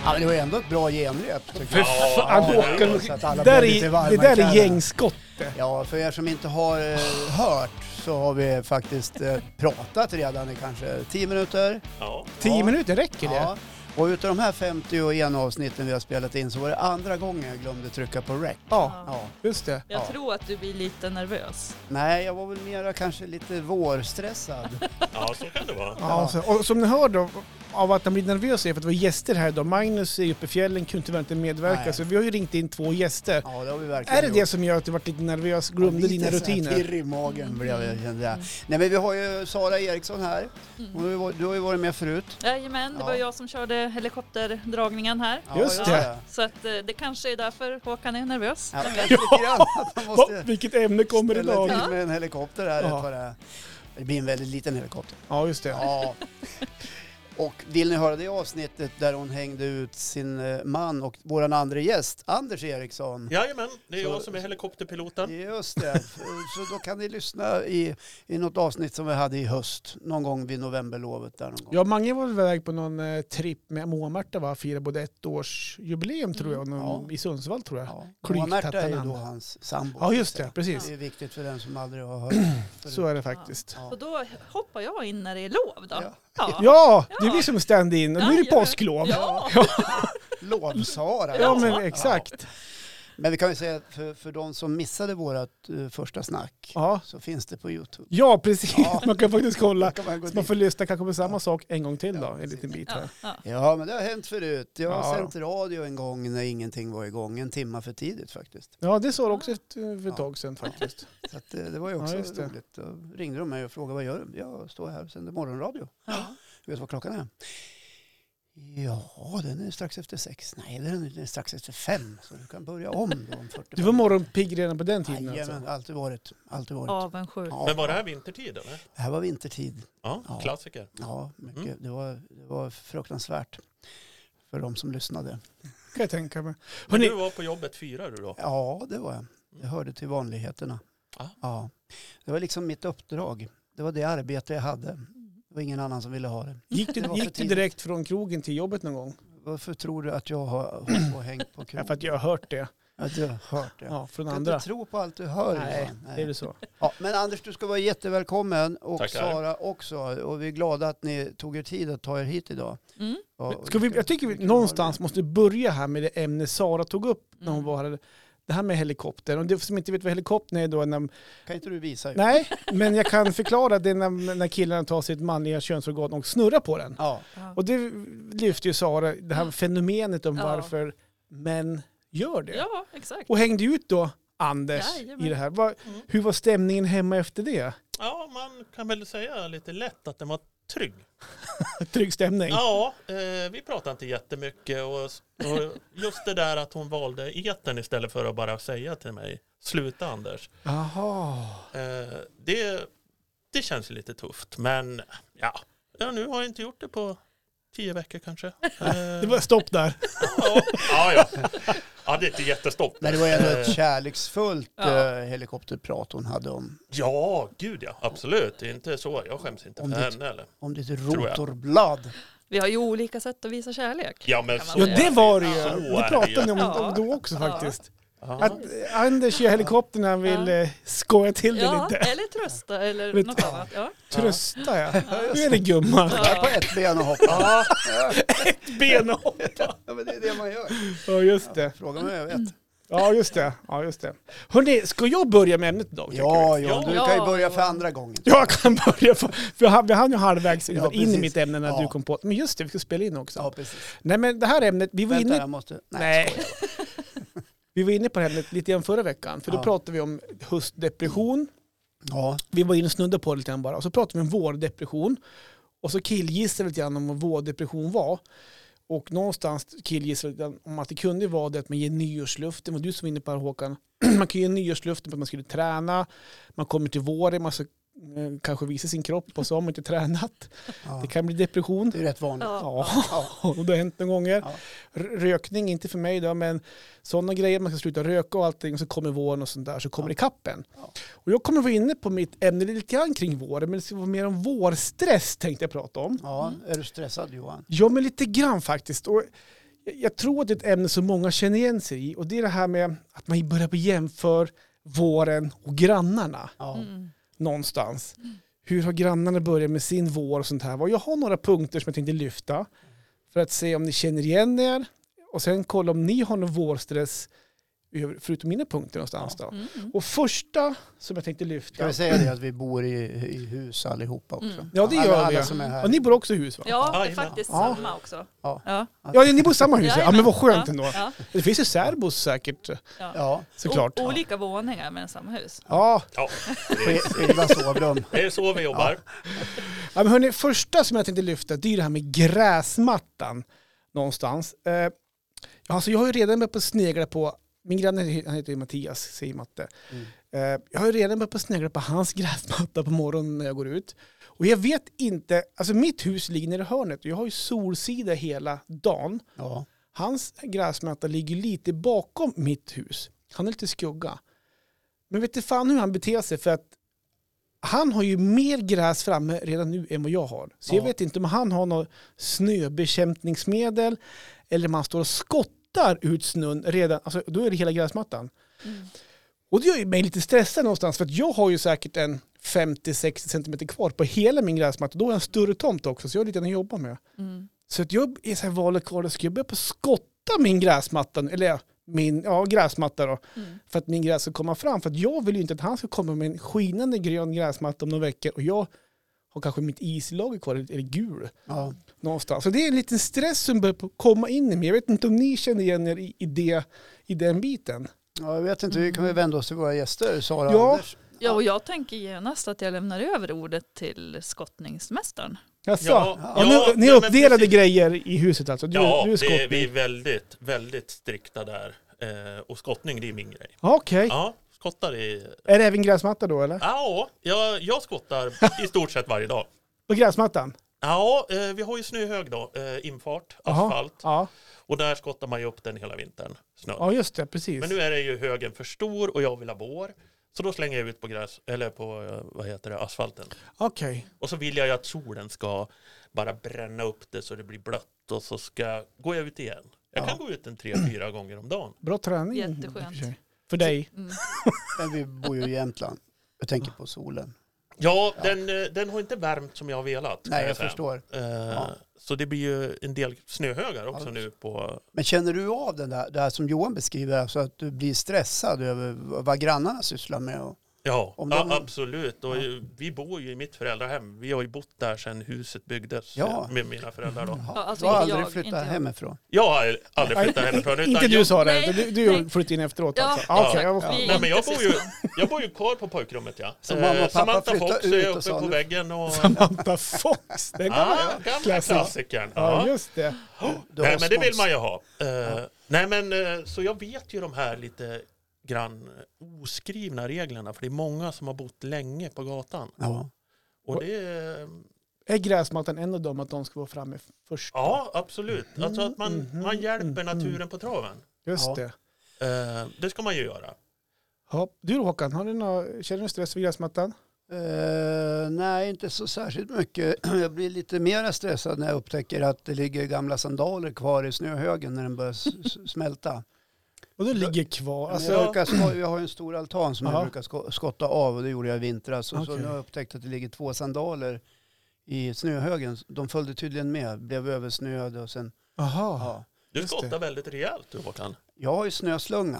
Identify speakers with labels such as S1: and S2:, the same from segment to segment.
S1: Ja, men det var ändå ett bra genrep.
S2: För fan, Håkan,
S1: så att alla
S2: det
S1: blev lite varma i
S2: där är
S1: kläderna.
S2: gängskott.
S1: Ja, för er som inte har hört så har vi faktiskt pratat redan i kanske 10 minuter.
S3: Ja.
S2: 10 minuter räcker det?
S1: Ja. Och utav de här 51 avsnitten vi har spelat in så var det andra gången jag glömde trycka på rec.
S2: Ja, just det.
S4: Jag tror att du blir lite nervös.
S1: Nej, jag var väl mera kanske lite vårstressad.
S3: Ja, så kan det vara.
S2: Ja, och som ni hör då, av att han blir nervös är för att det var gäster här idag. Magnus är uppe i fjällen, kunde tyvärr inte medverka.
S1: Nej.
S2: Så vi har ju ringt in 2 gäster.
S1: Ja, det har vi verkligen
S2: Är det
S1: gjort.
S2: det som gör att du varit lite nervös, glömde dina rutiner?
S1: Lite pirr i magen blev jag, kände jag. Nej, men vi har ju Sara Eriksson här. Du har ju varit med förut.
S4: Jajamän, det var jag som körde helikopterdragningen här.
S1: Ja,
S2: Just det.
S4: Så att det kanske är därför Håkan är nervös.
S1: Ja, lite grann att man måste
S2: Vilket ämne kommer
S1: ställa
S2: idag?
S1: till med en helikopter här.
S2: Ja.
S1: Det blir en väldigt liten helikopter.
S2: Ja, just det.
S1: Ja. Och vill ni höra det avsnittet där hon hängde ut sin man och våran andra gäst, Anders Eriksson.
S3: Jajamän, det är
S1: Så-
S3: jag som är helikopterpiloten.
S1: Just det. Så då kan ni lyssna i något avsnitt som vi hade i höst. Någon gång vid novemberlovet där någon gång.
S2: Ja, Mange var iväg på någon tripp med Moa-Märta, va? Firade både 1-årsjubileum tror jag, i Sundsvall tror jag.
S1: Ja.
S2: Klykt
S1: Märta är ju
S2: hette
S1: då
S2: han.
S1: hans sambo.
S2: Ja, just det, precis.
S1: Det är viktigt för den som aldrig har hört.
S2: Så är det faktiskt.
S1: Ja.
S4: Så då hoppar jag in när det är lov då.
S1: Ja.
S2: Ja, det är vi som stand-in. Och nu är det
S4: Jajamän.
S2: påsklov.
S4: Ja.
S1: Lov-Sara.
S2: Ja, men exakt.
S1: Men vi kan ju säga att för de som missade vårat första snack
S2: Ja.
S1: så finns det på YouTube.
S2: Ja, precis.
S1: Ja.
S2: Man kan faktiskt kolla.
S1: Kan man gå
S2: Så man
S1: dit.
S2: får lyssna kanske på samma sak en gång till då,
S1: Ja,
S2: en liten bit
S4: Ja,
S2: här.
S4: ja.
S1: Ja, men det har hänt förut. Jag har
S2: Ja.
S1: sänt radio en gång när ingenting var igång. En timma för tidigt faktiskt.
S2: Ja, det sa du också för ett tag sedan faktiskt.
S1: Så att, det var ju också
S2: Ja, just det.
S1: roligt. Då ringde de mig och frågade vad gör du? Jag står här och sänder morgonradio.
S4: Ja.
S1: Du vet vad klockan är? Ja, den är strax efter 6. Nej, den är strax efter 5. Så du kan börja om då om 40
S2: Du var morgonpigg redan på den tiden
S1: Jajamän,
S2: alltså.
S1: alltid varit. Alltid varit.
S4: Avundsjuk.
S1: Ja.
S3: Men var det här vintertid eller?
S1: Det här var vintertid.
S3: Ja,
S1: Ja.
S3: klassiker.
S1: Ja, mycket. Det var fruktansvärt för de som lyssnade.
S2: Kan jag tänka mig.
S3: Men
S2: Hörrni,
S3: du var på jobbet 4 du då?
S1: Ja, det var jag. Jag hörde till vanligheterna.
S3: Ja.
S1: Ja. Det var liksom mitt uppdrag. Det var det arbete jag hade. Det var ingen annan som ville ha det.
S2: gick
S1: Det var för
S2: du
S1: tidigt.
S2: direkt från krogen till jobbet någon gång?
S1: Varför tror du att jag har hållit på och hängt på
S2: Ja,
S1: krogen?
S2: för att jag har hört det.
S1: Att du har hört det.
S2: Ja, från
S1: Du kan
S2: andra.
S1: inte tro på allt du hör.
S2: Nej,
S1: Johan.
S2: det är det så.
S1: Ja, men Anders, du ska vara jättevälkommen och
S3: Tackar.
S1: Sara också. Och vi är glada att ni tog er tid att ta er hit idag.
S4: Mm.
S1: Ja, och
S2: Jag tycker vi
S1: kul att
S2: någonstans
S1: ha
S2: måste börja här med det ämne Sara tog upp när hon
S4: Mm.
S2: var här. Det här med helikoptern. Och det som inte vet vad helikoptern är då när...
S1: er. Kan inte du visa?
S2: Nej, men jag kan förklara det när killarna tar sitt manliga könsorgan och snurrar på den.
S1: Ja.
S4: Ja.
S2: Och det lyfter ju Sara, det här fenomenet om
S4: Ja.
S2: varför män gör det.
S4: Ja, exakt.
S2: Och hängde ut då Anders
S4: Jajamän.
S2: i det här.
S3: Mm.
S2: Hur var stämningen hemma efter det?
S3: Ja, man kan väl säga lite lätt att den var trygg.
S2: Trygg stämning?
S3: Ja, vi pratade inte jättemycket och just det där att hon valde etern istället för att bara säga till mig, sluta Anders.
S2: Jaha.
S3: Det känns ju lite tufft, men ja, nu har jag inte gjort det på 10 veckor kanske.
S2: Det var stopp där.
S3: Ja. Ja, det är inte jättestopp.
S1: Men det var ändå ett kärleksfullt
S4: Ja.
S1: helikopterprat hon hade om
S3: Ja, gud ja, absolut. Det är inte så, jag skäms inte
S1: Om
S3: för
S1: ditt-
S3: henne eller.
S1: ditt
S3: jag.
S1: rotorblad.
S4: Vi har ju olika sätt att visa kärlek.
S3: Ja, men
S4: Kan
S3: så
S4: man
S2: Ja,
S4: säga.
S2: det var det ju.
S3: Så
S2: Det
S3: är det
S2: pratade ni
S3: ju.
S2: om
S4: Ja.
S2: då också
S4: Ja.
S2: faktiskt.
S3: Ja.
S2: Att Anders i helikoptern han vill skoja till det
S4: Ja,
S2: lite.
S4: eller trösta eller
S2: Vet-
S4: något annat. Ja.
S2: Trösta ja. Nu är det gumman.
S1: Där på ett ben och hoppa.
S2: Ben och hoppa.
S1: Ja, men det är det man gör.
S2: Ja, just det.
S1: Fråga mig, jag vet.
S2: Ja, just det. Ja, just det. Hörrni, ska jag börja med ämnet då?
S1: Ja,
S3: Ja.
S1: du kan ju börja för andra gången.
S2: Jag kan börja, för vi hann ju halvvägs
S1: Ja,
S2: in i
S1: precis.
S2: mitt ämne när
S1: Ja.
S2: du kom på. Men just det, vi ska spela in också.
S1: Ja, precis.
S2: Nej, men det här ämnet, vi var
S1: Vänta,
S2: inne...
S1: jag måste...
S2: Nej.
S1: skojar.
S2: Vi var inne på det här ämnet lite grann förra veckan. För då
S1: Ja.
S2: pratade vi om höstdepression.
S1: Ja,
S2: Vi var inne och snudde på det lite grann bara. Och så pratade vi om vårdepression. Och så killgissade vi lite grann om vad vårdepression var. Och någonstans killgissade vi lite grann om att det kunde vara det att man ger nyårsluften. Det var du som var inne på det här, Håkan. Man kan ge nyårsluften på att man skulle träna. Man kommer till våren, man ska kanske visa sin kropp och så har man inte tränat.
S1: ja.
S2: Det kan bli depression.
S1: Det är rätt vanligt.
S4: Ja.
S2: Ja, och det har hänt några gånger.
S1: Ja.
S2: Rökning, inte för mig då, men sådana grejer, man ska sluta röka och allting, och så kommer våren och sånt där, så kommer det kappen.
S1: Ja.
S2: Och jag kommer vara inne på mitt ämne lite grann kring våren, men det ska vara mer om vårstress tänkte jag prata om.
S1: Ja, är du stressad Johan?
S2: Ja, men lite grann faktiskt. Och Jag tror att det är ett ämne som många känner igen sig i. Och det är det här med att man börjar på jämför våren och grannarna.
S1: Ja.
S2: Någonstans. Hur har grannarna börjat med sin vår och sånt här? Och jag har några punkter som jag tänkte lyfta. För att se om ni känner igen er. Och sen kolla om ni har någon vårstress förutom mina punkter någonstans då. Och första som jag tänkte lyfta.
S1: Ska vi säga det att vi bor i hus allihopa också?
S2: Ja, det gör
S1: alla
S2: vi.
S1: som är här.
S2: Och ni bor också i hus, va?
S4: Ja, det är
S3: Jajamän.
S4: faktiskt
S2: Ja.
S4: samma också.
S1: Ja.
S2: Ja, ni bor i samma hus. Ja, men vad skönt
S4: Ja.
S2: ändå.
S4: Ja.
S2: Det finns ju särbos säkert,
S1: Ja,
S2: såklart.
S4: Olika våningar men samma hus.
S2: Ja.
S3: Ja,
S1: skilda sovrum.
S3: det är så vi jobbar.
S2: Ja, men hörni, första som jag tänkte lyfta, det är det här med gräsmattan någonstans. Alltså jag har ju redan börjat på snegla på, min granne han heter Mattias, säger Matte. Jag har ju redan börjat på snegla på hans gräsmatta på morgonen när jag går ut. Och jag vet inte, alltså mitt hus ligger nere i hörnet och jag har ju solsida hela dagen.
S1: Ja.
S2: Hans gräsmatta ligger lite bakom mitt hus. Han är lite skugga. Men vet du fan hur han beter sig, för att han har ju mer gräs framme redan nu än vad jag har. Så jag vet inte om han har något snöbekämpningsmedel eller om han står och skottar ut snön redan. Alltså, då är det hela gräsmattan. Och det gör ju mig lite stressad någonstans, för att jag har ju säkert en 50-60 centimeter kvar på hela min gräsmatta. Då har jag en större tomt också, så jag har lite att jobba med. Så att jag är så här valet kvar, ska jag börja på att skotta min gräsmatta, eller min gräsmatta då, för att min gräs ska komma fram. För att jag vill ju inte att han ska komma med en skinande grön gräsmatta om några veckor och jag har kanske mitt islager kvar, eller gul någonstans. Så det är en liten stress som börjar komma in i mig. Jag vet inte om ni känner igen er i den biten.
S1: Ja, jag vet inte, vi kan väl vända oss till våra gäster, Sara
S2: Ja.
S1: och Anders.
S4: Ja, och jag tänker genast att jag lämnar över ordet till skottningsmästaren.
S2: Jaså?
S3: Ja,
S2: Ni
S3: men
S2: uppdelade
S3: precis.
S2: grejer i huset alltså? Du är skottning.
S3: vi är väldigt, väldigt strikta där. Och skottning, det är min grej.
S2: Okej.
S3: Ja, skottar i...
S2: Är det även gräsmatta då, eller?
S3: Ja, jag skottar i stort sett varje dag.
S2: På gräsmattan?
S3: Ja, vi har ju snöhög då, infart, asfalt.
S2: Ja.
S3: Och där skottar man ju upp den hela vintern, snö.
S2: Ja, just det, precis.
S3: Men nu är det ju högen för stor och jag vill ha vår. Så då slänger jag ut på gräs, eller på, asfalten.
S2: Okej.
S3: Och så vill jag ju att solen ska bara bränna upp det så det blir blött. Och så går jag ut igen. Jag kan gå ut 3-4 gånger om dagen.
S2: Bra träning.
S4: Jätteskönt.
S2: För dig.
S1: Men vi bor ju i Jämtland. Jag tänker på solen.
S3: Ja, den har inte värmt som jag har velat.
S1: Nej,
S3: kan
S1: jag
S3: säga.
S1: förstår.
S3: Så det blir ju en del snöhögar också nu på...
S1: Men känner du av det här som Johan beskriver, alltså att du blir stressad över vad grannarna sysslar med?
S3: Ja,
S1: Om de-
S3: absolut. Och vi bor ju i mitt föräldrahem. Vi har ju bott där sedan huset byggdes med mina föräldrar då.
S4: Ja, alltså
S1: du har
S4: inte
S1: aldrig
S4: jag,
S1: flyttat
S4: inte jag.
S1: hemifrån?
S3: Jag har aldrig flyttat hemifrån.
S2: Inte du sa det,
S4: Nej,
S2: utan du
S4: nej.
S2: flyttade in efteråt
S4: Ja,
S2: alltså.
S4: ja,
S2: Okej,
S4: exakt.
S2: ja.
S4: Vi är
S3: Nej, men
S4: inte syskon.
S3: jag bor ju kvar på pojkrummet, ja.
S1: Så mamma och pappa
S3: Samantha
S1: flyttar
S3: Fox
S1: ut
S3: är
S1: och
S3: uppe
S1: sa
S3: på
S1: nu-
S3: väggen. Och...
S2: Samantha Fox, det är
S3: gamla
S2: klassiskt.
S3: klassikern.
S2: Ja, just det.
S1: Du
S3: Nej,
S1: har
S3: men det vill
S1: spons.
S3: man ju ha. Nej, men så jag vet ju de här lite grann oskrivna reglerna, för det är många som har bott länge på gatan.
S1: Ja.
S3: Och det är...
S2: Är gräsmattan en av dem att de ska vara framme först?
S3: Ja, absolut. Alltså att man hjälper naturen på traven.
S2: Just
S1: Ja.
S2: det.
S3: Det ska man ju göra.
S2: Ja. Du Håkan, känner du stress vid gräsmattan?
S1: Nej, inte så särskilt mycket. Jag blir lite mer stressad när jag upptäcker att det ligger gamla sandaler kvar i snöhögen när den börjar smälta.
S2: Och då ligger kvar. Alltså,
S1: Jag har ju en stor altan som jag brukar skotta av, och det gjorde jag i vintras. Så nu har jag upptäckt att det ligger 2 sandaler i snöhögen. De följde tydligen med, blev översnöade och sen...
S2: aha.
S1: Ja.
S3: Du
S2: Just
S3: skottar
S2: det.
S3: väldigt rejält, du Håkan.
S1: Jag har ju snöslunga.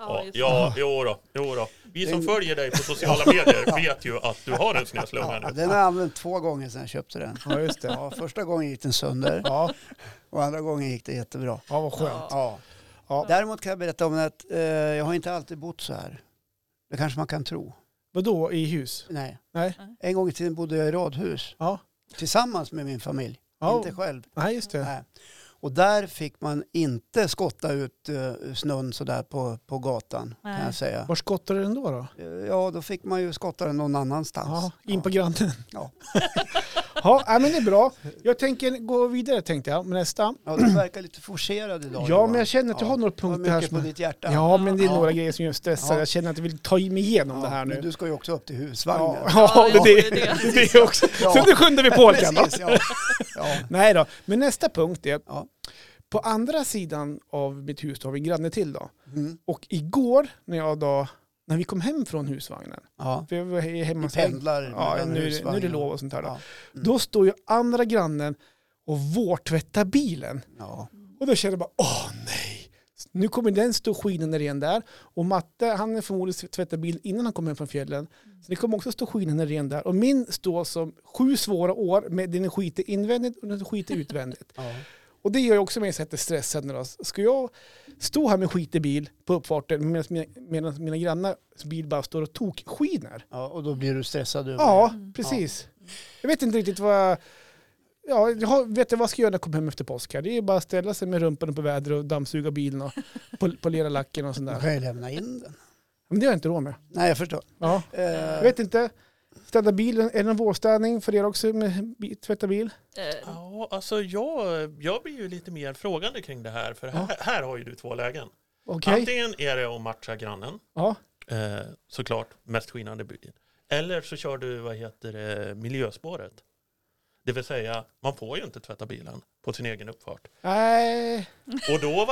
S3: Jo då. Vi som följer dig på sociala medier vet ju att du har en snöslunga
S1: Ja,
S3: nu.
S1: den har jag använt 2 gånger sedan jag köpte den.
S2: Ja, just det.
S1: Ja, första gången gick den sönder
S2: Ja,
S1: och andra gången gick det jättebra.
S2: ja vad skönt.
S1: Ja.
S2: Ja.
S1: Däremot kan jag berätta om att jag har inte alltid bott så här. Det kanske man kan tro.
S2: Vadå, i hus?
S1: Nej.
S2: Nej.
S1: En gång i tiden bodde jag i radhus
S2: Ja.
S1: tillsammans med min familj.
S2: Ja.
S1: Inte själv.
S2: Nej, just det.
S1: Nej. Och där fick man inte skotta ut snön sådär på gatan, kan
S4: Nej.
S1: jag säga.
S2: Var skottar du den då?
S1: Ja, då fick man ju skotta den någon annanstans.
S2: Ja, in på grannen.
S1: Ja.
S2: Ja, men det är bra. Jag tänker gå vidare, tänkte jag, med nästa.
S1: Ja, du verkar lite forcerad idag.
S2: Ja,
S1: Johan.
S2: men jag känner att jag har några
S1: Du har
S2: punkter här
S1: mycket
S2: som...
S1: på ditt hjärta.
S2: Ja, men det är
S1: Ja.
S2: några grejer som jag stressar.
S1: Ja.
S2: Jag känner att jag vill ta mig igenom det här
S1: Men
S2: nu.
S1: du ska ju också upp till husvagnen.
S2: Ja, det är
S4: det är
S2: det. Det är också. Så nu skyndar vi på lite grann då.
S1: Precis, ja. Ja.
S2: Nej då, men nästa punkt är
S1: Ja.
S2: På andra sidan av mitt hus har vi en granne till då.
S1: Mm.
S2: Och igår när vi kom hem från husvagnen,
S1: Ja.
S2: för jag var hemma
S1: Vi pendlar
S2: ja,
S1: mellan
S2: nu är
S1: husvagnen.
S2: det lov och sånt här då.
S1: Ja.
S2: Då står ju andra grannen och vårtvättar bilen.
S1: Ja.
S2: Och då kände jag bara, nej. Nu kommer den stå skinen igen där. Och Matte, han är förmodligen tvättar bil innan han kommer hem från fjällen. Så det kommer också stå skinen igen där. Och min står som 7 svåra år med den skiter invändigt och den skiter utvändigt.
S1: Ja.
S2: Och det gör jag också mig så att jag är stressad nu då. Ska jag stå här med skit i bil på uppfarten medan mina grannars bil bara står och tokskiner?
S1: Ja, och då blir du stressad över
S2: Ja,
S1: det.
S2: precis. Jag vet inte riktigt vad... Ja, vet jag vad jag ska göra när jag kommer hem efter påsk här? Det är bara att ställa sig med rumpan på väder och dammsuga bilen och polera lacken och sånt
S1: Du
S2: där.
S1: kan ju lämna in den.
S2: Men det har jag inte råd med.
S1: Nej, jag förstår.
S2: Ja. Jag vet inte. Städa bilen, är det någon vårstädning för er också med tvätta bil?
S3: Ja, alltså jag blir ju lite mer frågande kring det här. För här har ju du 2 lägen.
S2: Okej.
S3: Antingen är det att matcha grannen.
S2: Ja.
S3: Såklart, mest skinande bil. Eller så kör du, miljöspåret. Det vill säga, man får ju inte tvätta bilen på sin egen uppfart.
S2: Nej.
S3: Och då,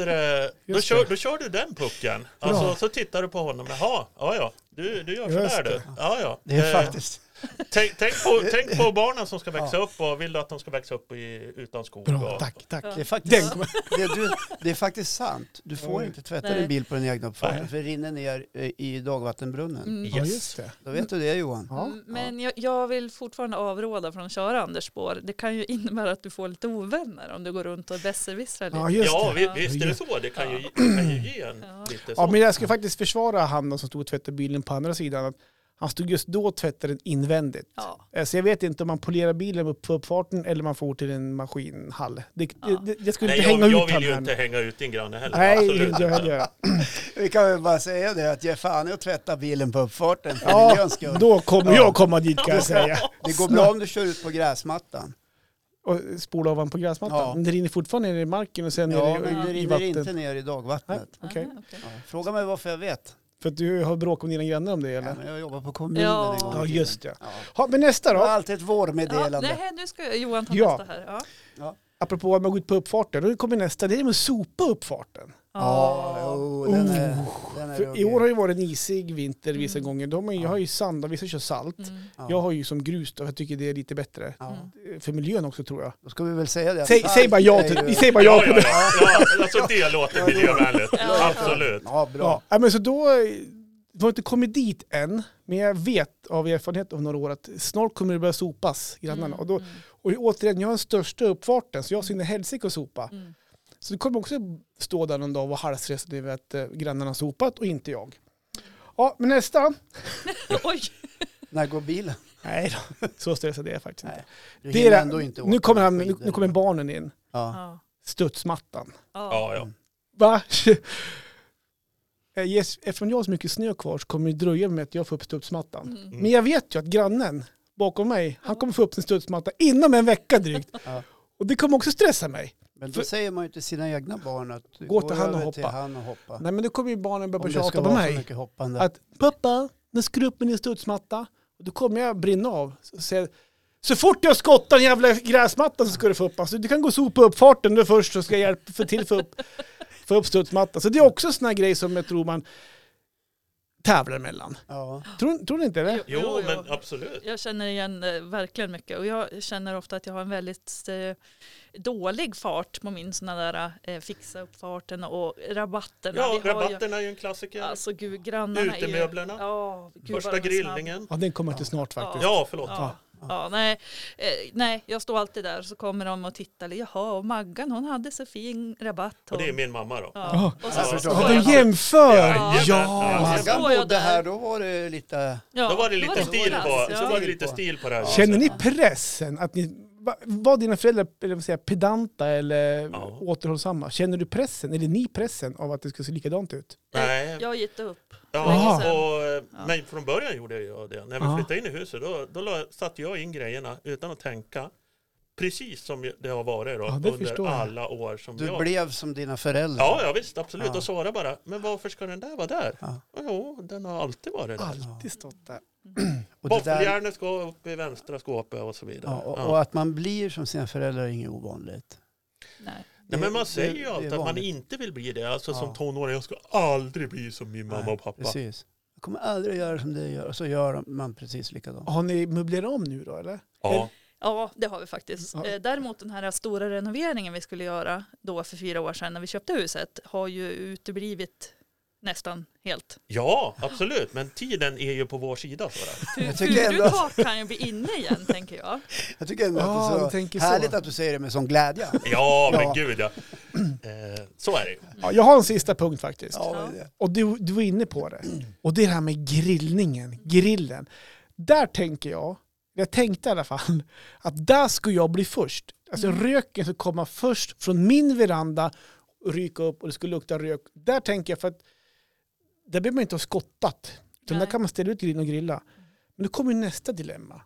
S3: då kör du den pucken. Alltså, så tittar du på honom. Ja, du gör sådär du. Ja.
S1: Det är faktiskt...
S3: Tänk på barnen som ska växa upp och vill du att de ska växa upp utan skog.
S2: Bra, tack.
S1: Det är faktiskt sant. Du får inte tvätta din bil på den egna uppfarten för det rinner ner i dagvattenbrunnen.
S2: Ja, just det.
S1: Då vet du det, Johan.
S2: Ja.
S4: Men jag vill fortfarande avråda från att köra Anders spår. Det kan ju innebära att du får lite ovänner om du går runt och besserwissrar lite.
S2: Ja, just det.
S3: Ja, visst är det så. Det kan ju ge en lite så.
S2: Ja, men jag ska faktiskt försvara han som stod och tvättade bilen på andra sidan. Han stod just då och tvättade den invändigt.
S4: Ja.
S2: Så jag vet inte om man polerar bilen upp på uppfarten eller man får till en maskinhall. Jag skulle
S3: Nej,
S2: inte hänga ut
S3: jag vill
S2: han
S3: ju
S2: här.
S3: inte hänga ut din granne heller.
S2: Nej,
S3: Absolut.
S2: inte heller.
S1: Vi kan väl bara säga det att ge fan att tvätta bilen på uppfarten för
S2: Ja,
S1: miljöns skull.
S2: då kommer jag komma dit kan jag säga.
S1: Det går bra om du kör ut på gräsmattan.
S2: Och spola av på gräsmattan.
S1: Ja.
S2: Men det rinner fortfarande ner i marken och sen
S1: Ja,
S2: ner
S1: men det
S2: i
S1: rinner
S2: vatten.
S1: inte ner i dagvattnet.
S2: Okej.
S1: Ja. Fråga mig varför jag vet.
S2: För att du har bråkat med dina grannar om det eller?
S1: Ja, men jag jobbar på kommunen
S4: Ja.
S1: en gång i
S2: Ja,
S1: tiden.
S2: just det.
S1: Ja.
S2: Ja, men nästa
S1: Det var
S2: då.
S1: alltid ett vårmeddelande.
S4: Nej, nu ska Johan ta
S2: Ja.
S4: nästa här. Ja.
S2: Apropå att man går ut på uppfarten. Då kommer nästa. Det är med att sopa uppfarten.
S1: Den är
S2: För i år har det varit en isig vinter vissa gånger. Jag har ju sand och vissa kör salt.
S1: Ja.
S2: Jag har ju som grus då. Jag tycker det är lite bättre.
S1: Ja.
S2: För miljön också tror jag.
S1: Då ska vi väl säga det.
S2: Säg bara ja till, vi säger bara ja till det.
S3: Alltså det låter miljövänligt. Absolut.
S1: Ja, bra.
S2: Ja, men så då har inte kommit dit än. Men jag vet av erfarenhet av några år att snart kommer det börja sopas grannarna. Och återigen, jag har den största uppfarten så jag syns helsike att sopa. Så det kommer också stå där någon dag och vara halvstressad över att grannarna har sopat och inte jag. Ja, men nästa.
S4: Oj.
S1: När går bilen?
S2: Nej då, så stressad är jag faktiskt
S1: Nej,
S2: inte.
S1: du
S2: Det
S1: hinner
S2: är
S1: ändå inte
S2: nu
S1: åka
S2: kommer
S1: skidor.
S2: nu kommer barnen in.
S1: Ja.
S4: Ja.
S2: Studsmattan.
S3: Ja.
S2: Va? Eftersom jag har så mycket snö kvar så kommer det dröja med att jag får upp studsmattan. Men jag vet ju att grannen bakom mig, han kommer få upp sin studsmatta inom en vecka drygt.
S1: Ja.
S2: Och det kommer också stressa mig.
S1: Men då säger man ju till sina egna barn att
S2: Gå till han och
S1: över till
S2: hoppa.
S1: han och hoppa.
S2: Nej, men då kommer ju barnen börja
S1: Om det ska
S2: tjata på
S1: vara så
S2: mig.
S1: mycket hoppande.
S2: Att pappa, när ska du upp med din studsmatta? Och då kommer jag brinna av. Så fort jag skottar en jävla gräsmatta så ska du få upp. Alltså, du kan gå och sopa upp farten nu först så ska jag hjälpa få upp studsmatta. Så det är också en sån här grej som jag tror man tävlar mellan.
S1: Ja.
S2: Tror ni inte det?
S3: Jo, men absolut.
S4: Jag känner igen verkligen mycket och jag känner ofta att jag har en väldigt dålig fart på min såna där fixa upp farten och rabatterna.
S3: Ja,
S4: Vi har
S3: rabatterna är ju en klassiker.
S4: Alltså gud, grannarna
S3: Utemöblerna.
S4: är ju... Ja, gud,
S3: Första
S4: vad de är
S3: grillningen.
S2: Ja, den kommer inte snart faktiskt.
S3: Ja, förlåt.
S4: Ja, nej, jag står alltid där så kommer de och tittar. Jaha, och Maggan hon hade så fin rabatt.
S3: Och det är min mamma då.
S4: Ja. Och så,
S1: Jag förstår.
S2: Ja, du jämför!
S3: Ja,
S2: Ja!
S1: Maggan
S4: står jag
S1: bodde
S4: där.
S1: här, då var det lite...
S4: ja,
S3: Då var det lite stil på,
S4: Ja.
S3: så var det lite stil på det här.
S2: Känner ni pressen? Att ni, var dina föräldrar eller vad säger, pedanta eller återhållsamma? Känner du pressen? Eller ni pressen av att det ska se likadant ut?
S3: Nej.
S4: Jag har gett upp.
S3: Ja,
S4: Länge
S3: och, men från början gjorde jag det. När vi flyttade in i huset då satte jag in grejerna utan att tänka. Precis som det har varit då, under alla år som
S1: Du blev som dina föräldrar.
S3: Ja, visst, absolut. Och svara bara, men varför ska den där vara där?
S1: Ja.
S3: Jo, den har alltid varit där.
S2: Alltid stått där.
S1: Och, det där,
S3: Våffeljärnet ska upp i vänstra skåpet och så vidare.
S1: och att man blir som sina föräldrar är inget ovanligt.
S4: Nej.
S3: Nej, men man säger ju alltid att man inte vill bli det. Alltså som tonåring, jag ska aldrig bli som min mamma och pappa.
S1: Precis. Jag kommer aldrig göra som det gör. Och så gör man precis likadant.
S2: Har ni möblerat om nu då, eller?
S3: Ja.
S4: Ja, det har vi faktiskt.
S2: Ja.
S4: Däremot den här stora renoveringen vi skulle göra då för 4 år sedan när vi köpte huset har ju uteblivit nästan helt.
S3: Ja, absolut. Men tiden är ju på vår sida.
S4: Furutak kan ju bli inne igen, tänker jag.
S1: Jag tycker ändå att det är så härligt att du säger det med sån glädje.
S3: Ja, men gud ja. Så är det ju.
S2: Ja, jag har en sista punkt faktiskt.
S1: Ja.
S2: Och du var inne på det. Och det är det här med grillen. Där tänker jag tänkte i alla fall, att där ska jag bli först. Alltså röken ska komma först från min veranda och ryka upp och det skulle lukta rök. Där tänker jag, för att där behöver man inte ha skottat. Utan där kan man ställa ut grillen och grilla. Men då kommer nästa dilemma.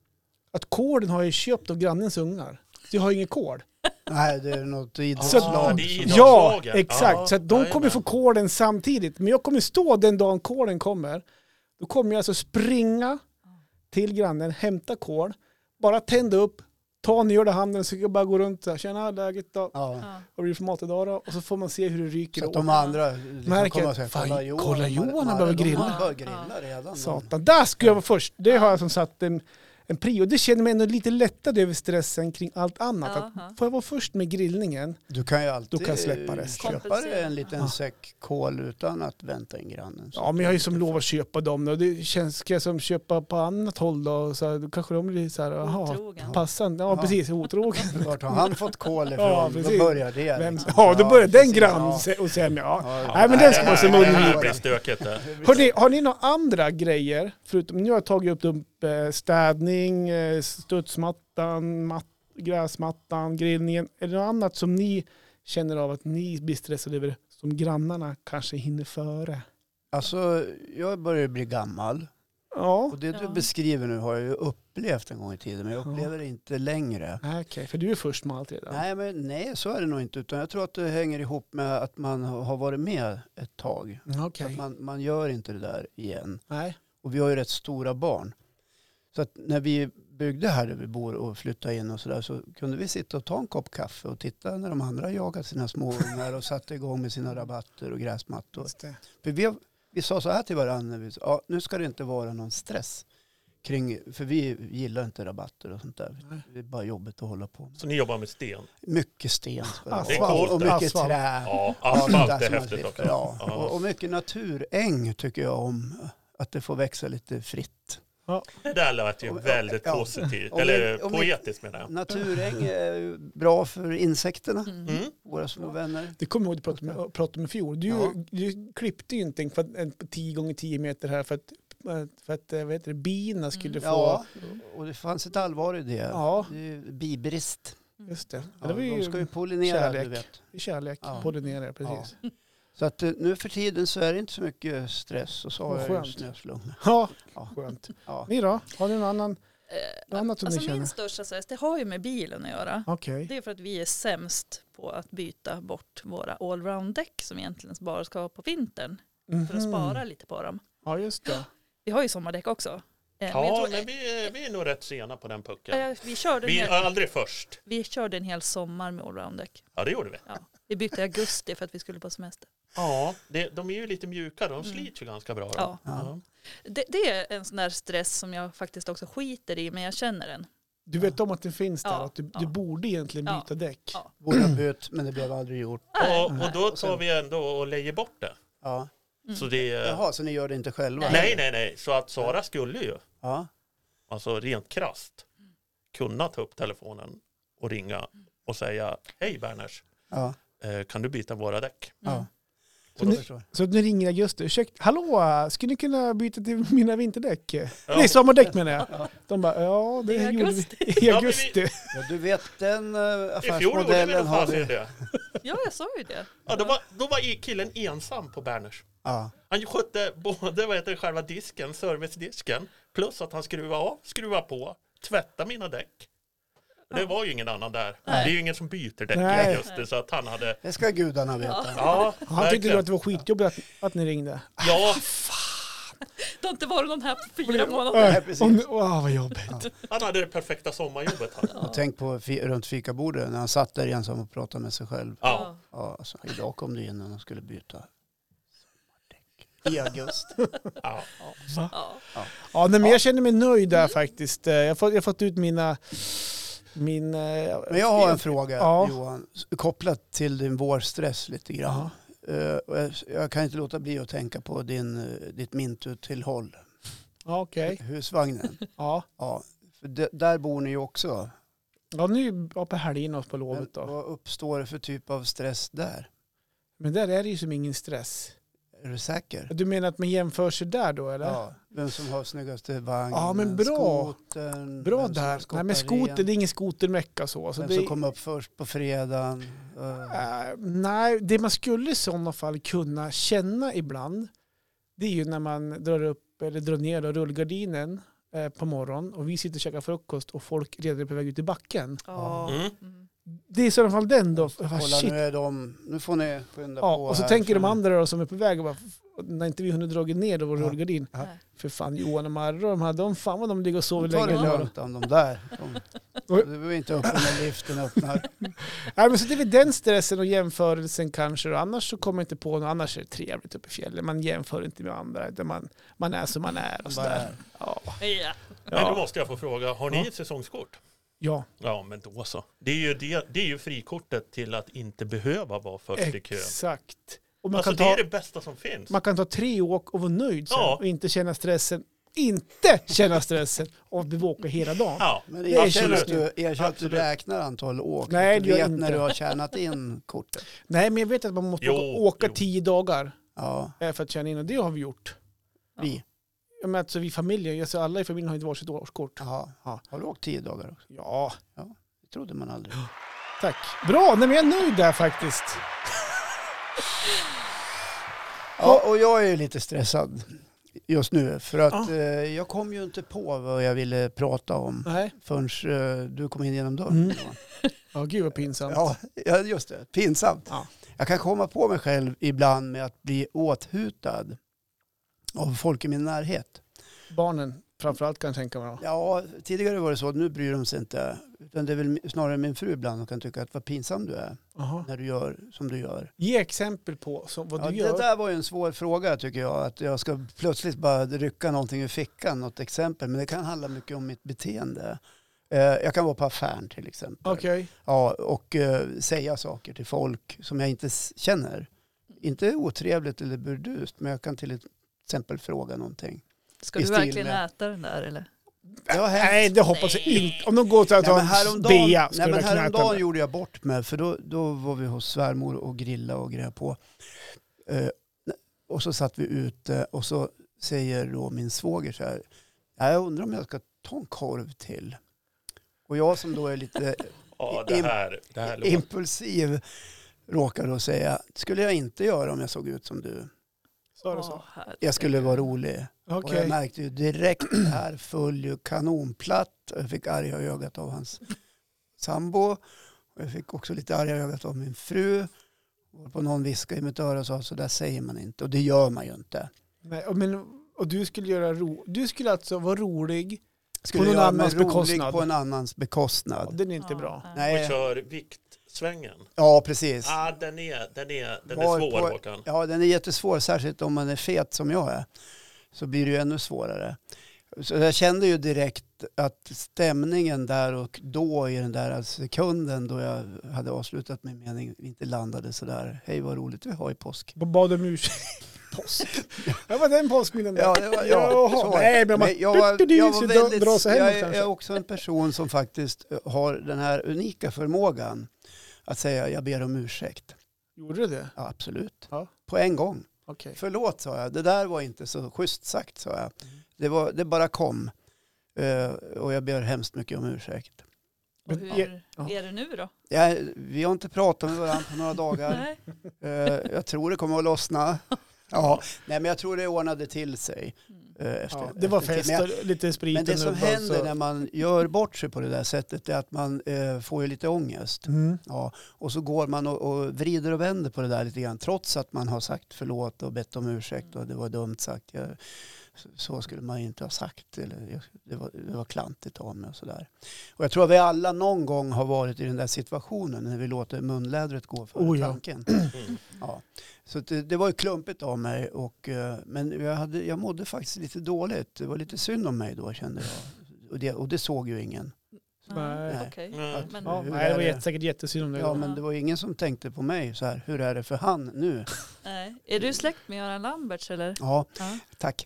S2: Att kålen har jag köpt av grannens ungar. Så jag har ingen kål.
S1: Nej, det är något idrottslag.
S2: Ja, exakt. Så att de kommer få kålen samtidigt. Men jag kommer stå den dagen kålen kommer. Då kommer jag alltså springa till grannen, hämta kål, bara tända upp, ta ner det handen så jag bara gå runt så här, känna läget då.
S1: Ja.
S2: Vad blir det för mat idag då? Och så får man se hur det ryker.
S1: Så att de andra
S2: märker
S1: kommer och säger,
S2: kolla Johan har börjat grilla.
S1: De börjar grilla redan.
S2: Satan, där ska jag vara först. Det har jag som sagt en prio. Det känner mig ändå lite lättad över stressen kring allt annat. Att får jag vara först med grillningen,
S1: du kan ju alltid
S2: då kan jag släppa resten.
S1: köpa en liten säck kål utan att vänta in grannen.
S2: Ja, men jag har ju som lov att köpa dem. Och det känns, ska jag som köpa på annat håll då? Så här, då kanske de blir så här, jaha, passande. Ja, precis, otrogen.
S1: Vart har han fått kål ifrån?
S2: Ja,
S1: då börjar det. Liksom.
S2: Ja, då börjar den grann och sen, nej, men den ska man se munnen.
S3: Det blir stökigt där.
S2: Har ni några andra grejer? Förutom, nu har jag tagit upp städning, studsmattan, gräsmattan, grillningen. Är det något annat som ni känner av att ni blir stressade över som grannarna kanske hinner före?
S1: Alltså, jag börjar bli gammal.
S2: Ja.
S1: Och det du beskriver nu har jag ju upplevt en gång i tiden, men jag upplever det inte längre.
S2: Okej, för du är först med allt redan.
S1: Nej, så är det nog inte. Utan jag tror att det hänger ihop med att man har varit med ett tag.
S2: Okay.
S1: Att man gör inte det där igen.
S2: Nej.
S1: Och vi har ju rätt stora barn. Så att när vi byggde här där vi bor och flyttade in och sådär, så kunde vi sitta och ta en kopp kaffe och titta när de andra jagade sina småungar och satte igång med sina rabatter och gräsmattor. För vi sa så här till varandra, nu ska det inte vara någon stress kring, för vi gillar inte rabatter och sånt där. Det är bara jobbigt att hålla på med.
S3: Så ni jobbar med sten?
S1: Mycket sten.
S3: Asfalt,
S1: och mycket trä.
S3: Ja, asfalt är häftigt också.
S1: Ja. Och mycket naturäng tycker jag om, att det får växa lite fritt.
S3: Ja. Det där lät ju väldigt positivt, eller poetiskt menar jag.
S1: Naturäng är bra för insekterna, våra små vänner.
S2: Det kommer jag ihåg att prata om i fjol. Du klippte ju inte en 10 x 10 meter här för att bina skulle få...
S1: Ja, och det fanns ett allvar i det.
S2: Ja.
S1: Det är bibrist.
S2: Just det.
S1: Ja, de ska ju pollinera,
S2: kärlek.
S1: du vet.
S2: Kärlek, pollinera, precis. Ja.
S1: Så att nu för tiden så är det inte så mycket stress och så har jag ju snöslungor.
S2: Ja, skönt. Ja. Ni då? Har ni någon annan? Annat som
S4: alltså
S2: ni känner?
S4: Min största stress, det har ju med bilen att göra.
S2: Okay.
S4: Det är för att vi är sämst på att byta bort våra allround-däck som egentligen bara ska ha på vintern. För att spara lite på dem.
S2: Ja, just det.
S4: Vi har ju sommardäck också.
S3: Men vi är nog rätt sena på den pucken. Vi är aldrig först.
S4: Vi körde en hel sommar med allround-däck.
S3: Ja, det gjorde vi.
S4: Ja. Vi bytte i augusti för att vi skulle på semester.
S3: Ja, de är ju lite mjukare. De slits ju ganska bra.
S4: Ja. Det är en sån där stress som jag faktiskt också skiter i, men jag känner den.
S2: Du vet om att den finns där, att du borde egentligen byta däck.
S1: Ja. Borde ha bytt, men det blev aldrig gjort.
S3: Och då tar vi ändå och lägger bort det.
S1: Ja.
S3: Så det...
S1: Jaha, så ni gör det inte själva?
S3: Nej. Så att Sara skulle ju, alltså rent krasst, kunna ta upp telefonen och ringa och säga, hej Berners, kan du byta våra däck?
S1: Ja.
S2: Så nu ringer jag just ursäkta, hallå, skulle ni kunna byta till mina vinterdäck? Nej, sommardäck menar jag. De bara, det gjorde vi i augusti.
S1: Ja, du vet, den affärsmodellen har vi.
S4: Ja, jag sa ju det.
S3: Ja, då var killen ensam på Berners.
S1: Ja.
S3: Han skötte både själva disken, servicedisken, plus att han skruva på, tvätta mina däck. Det var ju ingen annan där. Nej. Det är ju ingen som byter däck just det, så att han hade...
S1: Det ska gudarna veta.
S3: Ja,
S2: han tyckte att det var skitjobbigt att ni ringde.
S3: Ja,
S4: Det har inte varit någon här på 4 månader.
S1: Nej, precis.
S2: Vad jobbigt.
S1: Ja.
S3: Han hade det perfekta sommarjobbet. Han.
S1: Och tänk på runt fikabordet när han satt där ensam och pratade med sig själv.
S3: Ja.
S1: Ja, alltså, idag kom det in när han skulle byta sommardäck i augusti.
S3: Ja.
S2: Ja, nej, men jag känner mig nöjd där faktiskt. Jag har fått ut min...
S1: Men jag har en fråga,
S2: Ja.
S1: Johan, kopplat till din vårstress lite grann. Och jag kan inte låta bli att tänka på ditt Mintu-tillhåll.
S2: Ja, okej.
S1: Husvagnen.
S2: Ja.
S1: Ja, för där bor ni ju också.
S2: Ja, nu på helgen och på lovet då.
S1: Vad uppstår det för typ av stress där?
S2: Men där är det ju som ingen stress.
S1: Är du säker?
S2: Du menar att man jämför sig där då, eller?
S1: Ja, vem som har snyggaste vagnen,
S2: Ja, men bra.
S1: skotern,
S2: Bra
S1: vem som har
S2: där.
S1: skottat
S2: Nej, men skoter,
S1: ren,
S2: det är ingen skotermecka så.
S1: vem som kom upp först på fredagen.
S2: Nej, det man skulle i sådana fall kunna känna ibland, det är ju när man drar ner rullgardinen på morgonen och vi sitter och käkar frukost och folk redan är på väg ut i backen.
S4: Ja.
S3: Mm.
S2: Det är i sådana fall den då.
S1: Kolla,
S2: Shit.
S1: nu får ni skynda
S2: Ja,
S1: på
S2: och så
S1: här,
S2: tänker de
S1: för-
S2: andra då, som är på väg och bara, när inte vi hunnit dragit ner då vår
S1: Ja.
S2: rullgardin.
S1: Ja.
S2: För fan, Johan och Marra, fan vad de ligger och sover
S1: Ta det
S2: länge.
S1: lugnt om de där. Du behöver inte öppna när liften öppnar.
S2: Nej, men så det är väl den stressen och jämförelsen kanske. Och annars så kommer jag inte på något. Annars är det trevligt uppe i fjällen. Man jämför inte med andra. Utan man är som man är. Och sådär. Ja.
S4: Ja.
S3: Men då måste jag få fråga, har ni ett säsongskort?
S2: Ja,
S3: Ja, men då så. Det är ju frikortet till att inte behöva vara först i kön.
S2: exakt. Och man,
S3: Alltså
S2: kan
S3: det är
S2: ta,
S3: det bästa som finns.
S2: man kan ta 3 åk och vara nöjd sen.
S3: Ja.
S2: Och inte känna stressen. Inte känna stressen av att bevaka hela dagen.
S3: Ja,
S1: Men
S2: Det är
S1: erkänn att
S3: absolut.
S1: du
S3: Absolut.
S1: räknar antal åk.
S2: Nej,
S1: du
S2: det gör jag
S1: vet när
S2: inte.
S1: du har tjänat in kortet.
S2: Nej, men jag vet att man måste
S3: Jo,
S2: åka
S3: jo.
S2: 10 dagar
S1: Ja,
S2: för att tjäna in. Och det har vi gjort.
S1: vi.
S2: Jag menar, alltså, vi familjen, alltså, alla i familjen har ju varsitt årskort.
S1: Jaha.
S2: Ja.
S1: Har du åkt 10 dagar också?
S2: Ja,
S1: Det trodde man aldrig.
S2: tack. Bra, nej, men jag är nöjd där faktiskt.
S1: Ja, och jag är ju lite stressad just nu. För att
S2: Ja.
S1: jag kom ju inte på vad jag ville prata om
S2: Nej.
S1: förrän du kom in genom dörren.
S2: Mm.
S1: Johan.
S2: Ja, gud vad pinsamt.
S1: Ja, just det. Pinsamt.
S2: Ja.
S1: Jag kan komma på mig själv ibland med att bli åthutad av folk i min närhet.
S2: Barnen framförallt kan jag tänka mig. Då.
S1: Ja, tidigare var det så att nu bryr de sig inte. Utan det är väl snarare min fru ibland som kan tycka att vad pinsam du är
S2: Aha.
S1: när du gör som du gör.
S2: Ge exempel på vad
S1: Ja,
S2: du
S1: det
S2: gör.
S1: där var ju en svår fråga tycker jag. Att jag ska plötsligt bara rycka någonting ur fickan, något exempel. Men det kan handla mycket om mitt beteende. Jag kan vara på affären till exempel.
S2: Okej.
S1: Ja, och säga saker till folk som jag inte känner. Inte otrevligt eller burdust, men jag kan till exempel fråga någonting.
S4: Ska
S1: I
S4: du
S1: stil
S4: verkligen
S1: med-
S4: äta den där eller?
S1: Det har hänt.
S2: Nej, det hoppas jag inte. Om de går till att
S1: Nej, men
S2: ta
S1: häromdagen,
S2: bea ska
S1: nej,
S2: du
S1: men
S2: verkligen äta
S1: häromdagen
S2: den.
S1: gjorde jag bort mig, för då var vi hos svärmor och grilla och grejer på. Och så satt vi ute och så säger då min svåger så här, jag undrar om jag ska ta en korv till. Och jag som då är lite
S3: ja det här låter...
S1: impulsiv råkar då säga, skulle jag inte göra om jag såg ut som du.
S2: Sa du så?
S4: herregud.
S1: Jag skulle vara rolig. Och
S2: Okej.
S1: jag märkte ju direkt det här föll ju kanonplatt. Och jag fick arga ögat av hans sambo. Och jag fick också lite arga ögat av min fru. Och på någon viska i mitt öra och sa, så där säger man inte. Och det gör man ju inte.
S2: Nej, och du skulle göra du skulle alltså vara rolig.
S1: Skulle
S2: någon
S1: göra mig
S2: annans
S1: rolig
S2: bekostnad.
S1: på en annans
S2: Ja,
S1: bekostnad.
S2: den är inte
S4: Ja,
S2: bra.
S4: nej.
S3: Och
S1: Nej.
S3: kör viktsvängen.
S1: Ja, precis.
S3: Den är
S1: Var
S3: svår
S1: på-
S3: Håkan.
S1: Ja, den är jättesvår, särskilt om man är fet som jag är. Så blir det ju ännu svårare. Så jag kände ju direkt att stämningen där och då i den där sekunden då jag hade avslutat min mening inte landade så där. Hej vad roligt vi har i påsk.
S2: Bad om ursäkt. Påsk. Det var den påskminnen där.
S1: Ja, det var,
S2: Jaha,
S1: så.
S2: nej, men man,
S1: Men jag var väldigt,
S2: dra sig
S1: jag
S2: hemåt
S1: är
S2: kanske.
S1: också en person som faktiskt har den här unika förmågan att säga jag ber om ursäkt.
S2: Gjorde du det?
S1: Ja, absolut.
S2: Ja.
S1: På en gång.
S2: Okej.
S1: Förlåt, sa jag. Det där var inte så schysst sagt, sa jag. Det bara kom. Och jag ber hemskt mycket om ursäkt.
S4: Och
S2: Men-
S4: hur
S2: ja.
S4: är det nu då?
S1: Vi har inte pratat med varandra på några dagar.
S4: Nej.
S1: Jag tror det kommer att lossna. Ja, nej, men jag tror det ordnade till sig. Efter,
S2: Ja, det var
S1: efter en tid.
S2: fest och lite sprit.
S1: Men det
S2: och
S1: som
S2: nubbar,
S1: händer
S2: så-
S1: när man gör bort sig på det där sättet är att man får ju lite ångest.
S2: Mm.
S1: Ja, och så går man och vrider och vänder på det där lite grann. Trots att man har sagt förlåt och bett om ursäkt och det var dumt sagt. Jag så skulle man inte ha sagt. Eller, det var klantigt av mig och sådär. Och jag tror att vi alla någon gång har varit i den där situationen när vi låter munlädret gå för tanken. Ja. Så det var ju klumpigt av mig. Men jag mådde faktiskt lite dåligt. Det var lite synd om mig då, kände jag. Och det såg ju ingen.
S2: Nej.
S4: Okay.
S2: Det var säkert jättesynd om det.
S1: Ja, men det var ingen som tänkte på mig så här. Hur är det för han nu?
S4: Nej. Är du släkt med Göran Lamberts eller?
S1: Ja, tack.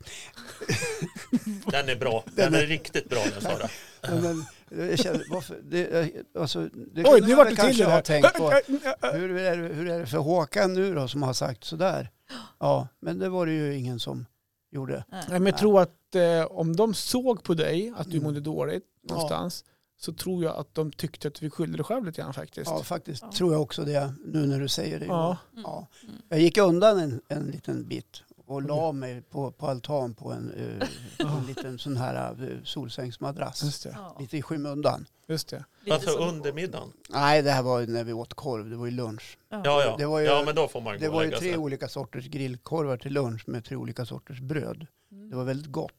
S3: Den är bra. Den är riktigt bra, den Sara.
S1: Men jag känner, varför, det
S2: oj, nu var det till det
S1: ha tänkt på. Hur är det för Håkan nu då som har sagt sådär? Ja, men det var det ju ingen som gjorde.
S2: Nej, men jag tror att om de såg på dig att du mådde dåligt någonstans, så tror jag att de tyckte att vi skyllde dig själv lite grann faktiskt.
S1: Ja, faktiskt tror jag också det nu när du säger det.
S2: Ja.
S1: Ja. Jag gick undan en liten bit och la mig på altan på en liten sån här solsängsmadrass.
S2: Just det.
S1: Lite i skymundan.
S2: Just det.
S3: Alltså under middagen?
S1: Nej, det här var när vi åt korv. Det var ju lunch.
S3: Ja.
S1: Det var ju,
S3: ja, men då får man
S1: det var ju 3 olika sorters grillkorvar till lunch med 3 olika sorters bröd. Det var väldigt gott.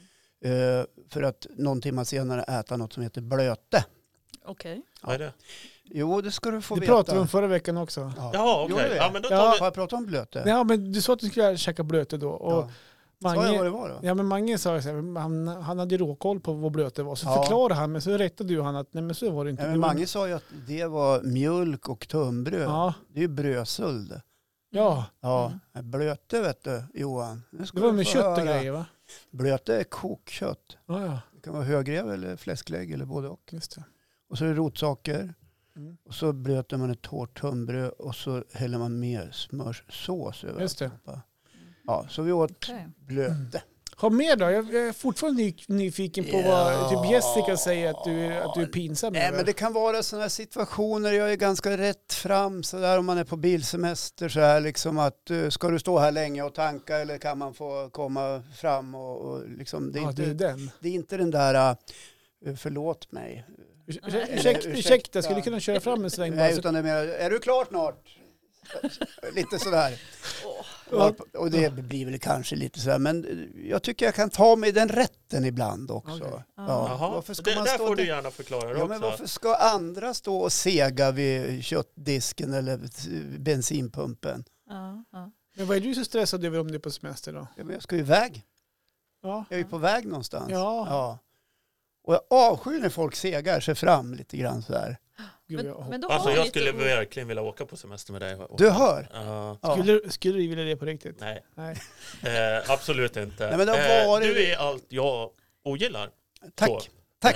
S1: För att någon timme senare äta något som heter blöte.
S4: Okej.
S3: Vad är det?
S1: Jo, det ska du få veta.
S2: Det pratade vi om förra veckan också.
S3: Ja, okej. Ja, men då tar vi...
S1: Får jag prata om blöte?
S2: Ja, men du sa att du skulle käka blöte då. Och
S1: Sa jag vad det var då?
S2: Ja, men Mange sa så här, han hade råkoll på vad blöte var. Så förklarade han, men så rättade du han att nej, men så var det inte.
S1: Ja, men Mange sa ju att det var mjölk och tunnbröd.
S2: Ja.
S1: Det är ju brödsuld.
S2: Ja.
S1: Blöte vet du, Johan.
S2: Det var med kött och grejer, va?
S1: Blöte är kokkött.
S2: Ja.
S1: Det kan vara högrev eller fläsklägg eller både och.
S2: Just det.
S1: Och så är det rotsaker. Och så blöter man ett torrt tunnbröd och så häller man mer smörsås över.
S2: Just det.
S1: Ja, så vi åt blöte.
S2: Ha mer då? Jag är fortfarande nyfiken på vad typ Jessica säger att du är pinsam.
S1: Nej, men det kan vara sådana situationer. Jag är ganska rätt fram så där om man är på bilsemester så här liksom att ska du stå här länge och tanka eller kan man få komma fram och liksom det är inte den där förlåt mig.
S2: Ursäkta, skulle du kunna köra fram en sväng?
S1: Nej, utan det är mer, är du klar snart? Lite sådär. Och det blir väl kanske lite sådär. Men jag tycker jag kan ta mig den rätten ibland också.
S2: Okay.
S1: Ja. Varför ska man
S3: där
S1: stå
S3: får du gärna förklara också.
S1: Men varför ska andra stå och sega vid köttdisken eller bensinpumpen?
S2: Men vad är du så stressad över om du är på semester då?
S1: Ja, men jag ska ju iväg.
S2: Ja.
S1: Jag är ju på väg någonstans.
S2: Ja.
S1: Och jag avskyr när folk segar sig fram lite grann sådär.
S4: Men då
S3: alltså jag skulle verkligen vilja åka på semester med dig.
S1: Du hör?
S2: Skulle du vilja det på riktigt?
S3: Nej. Absolut inte.
S1: Nej, men det har varit...
S3: Du är allt jag ogillar.
S1: Tack. Tack.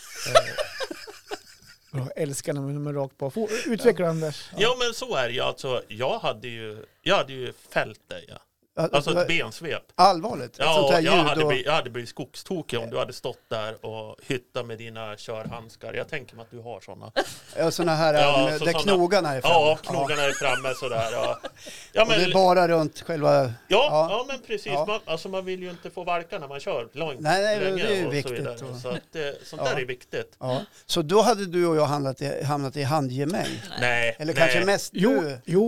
S2: Jag älskar när man är rakt på. Utveckla Anders.
S3: Ja, men så är det ju. Alltså, jag hade ju fällt dig. Ja. Alltså ett bensvep.
S1: Allvarligt?
S3: Ja, jag hade blivit skogstokig om du hade stått där och hyttat med dina körhandskar. Jag tänker mig att du har sådana.
S1: Ja, sådana här där knogarna är framme.
S3: Ja, knogarna är framme sådär. Ja, men,
S1: och det är bara runt själva...
S3: Ja, men precis. Ja. Man vill ju inte få valka när man kör långt.
S1: Nej,
S3: länge
S1: det är
S3: och
S1: viktigt.
S3: Så att, sånt där är viktigt.
S1: Ja. Så då hade du och jag hamnat i handgemäng?
S3: Nej.
S1: Eller kanske mest du?
S2: Jo.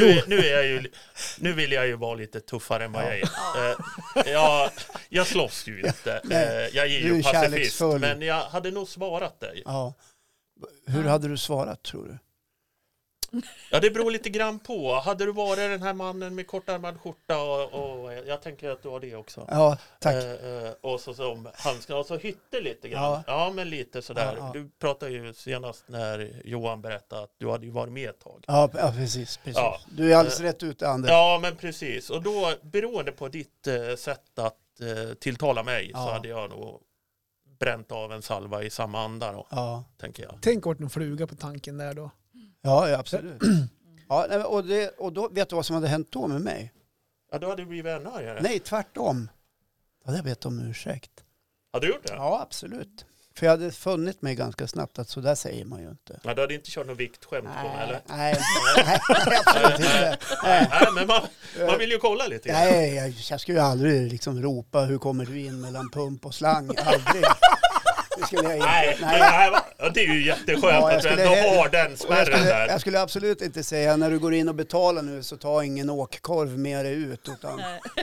S3: Nu vill jag ju vara lite tuffare än vad jag är. Jag slåss ju inte. Jag är ju pacifist. Men jag hade nog svarat dig.
S1: Ja. Hur hade du svarat, tror du?
S3: Ja, det beror lite grann på. Hade du varit den här mannen med kortärmad skjorta och jag tänker att du har det också.
S1: Ja, tack.
S3: Och så som handskar och så hytte lite grann. Ja, men lite sådär. Ja. Du pratade ju senast när Johan berättade att du hade ju varit med ett tag.
S1: Ja, precis. Ja. Du är alldeles rätt ute, Anders.
S3: Ja, men precis. Och då, beroende på ditt sätt att tilltala mig så hade jag nog bränt av en salva i samma anda då, tänker jag.
S2: Tänk åt en fluga på tanken där då.
S1: Ja, absolut. Ja, och då vet du vad som hade hänt då med mig?
S3: Ja, då hade du blivit ännu argare.
S1: Nej, tvärtom. Då hade jag bett om ursäkt.
S3: Hade du gjort det?
S1: Ja, absolut. För jag hade funnit mig ganska snabbt att så där säger man ju inte.
S3: Ja, du hade inte kört någon viktskämt på mig, eller?
S1: Nej, absolut inte.
S3: Nej, men man vill ju kolla lite.
S1: Nej, jag skulle ju aldrig liksom ropa hur kommer du in mellan pump och slang. Aldrig. Det skulle jag inte.
S3: Ja, det är ju jätteskönt att du ändå har den spärren där.
S1: Jag skulle absolut inte säga när du går in och betalar nu så ta ingen åkkorv med dig ut. Utan,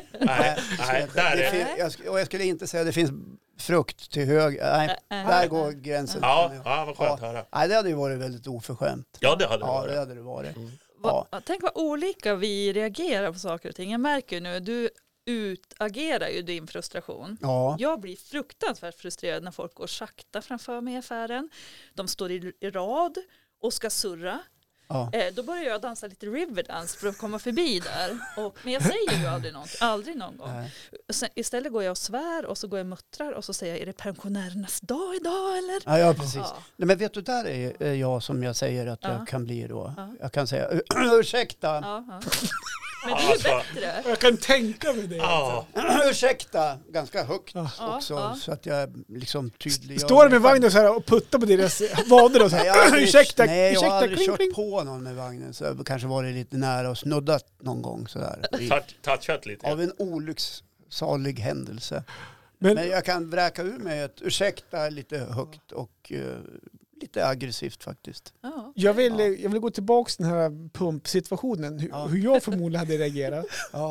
S1: jag skulle inte säga att det finns frukt till höger. Nej, där går gränsen.
S3: Ja, vad skönt att höra.
S1: Nej, det hade ju varit väldigt oförskämt.
S3: Ja, det hade det varit.
S1: Ja, det hade det varit.
S4: Tänk vad olika vi reagerar på saker och ting. Jag märker ju nu, du utagerar ju din frustration.
S1: Ja.
S4: Jag blir fruktansvärt frustrerad när folk går sakta framför mig i affären. De står i rad och ska surra.
S1: Ja.
S4: Då börjar jag dansa lite riverdance för att komma förbi där. Men jag säger ju aldrig någon gång. Sen, istället går jag och svär och så går jag och muttrar och så säger jag, är det pensionärernas dag idag eller?
S1: Ja, precis. Ja. Nej, men vet du, där är jag som jag säger att jag kan bli då. Ja. Jag kan säga, ursäkta.
S4: Ja. Men det är ju bättre.
S2: Jag kan tänka mig det.
S3: Ja.
S1: Ursäkta, ganska högt också så att jag liksom tydliggör.
S2: Står du med vagnen så här och puttar på deras vader och så här, ursäkta.
S1: Nej, jag har aldrig kört på någon med vagnen så jag kanske varit lite nära och snuddat någon gång sådär.
S3: Touchat lite.
S1: Av en olycksalig händelse. Men jag kan vräka ur mig ett ursäkta lite högt och lite aggressivt faktiskt.
S2: Ja. Jag vill gå tillbaka till den här pumpsituationen. Hur jag förmodligen hade reagerat.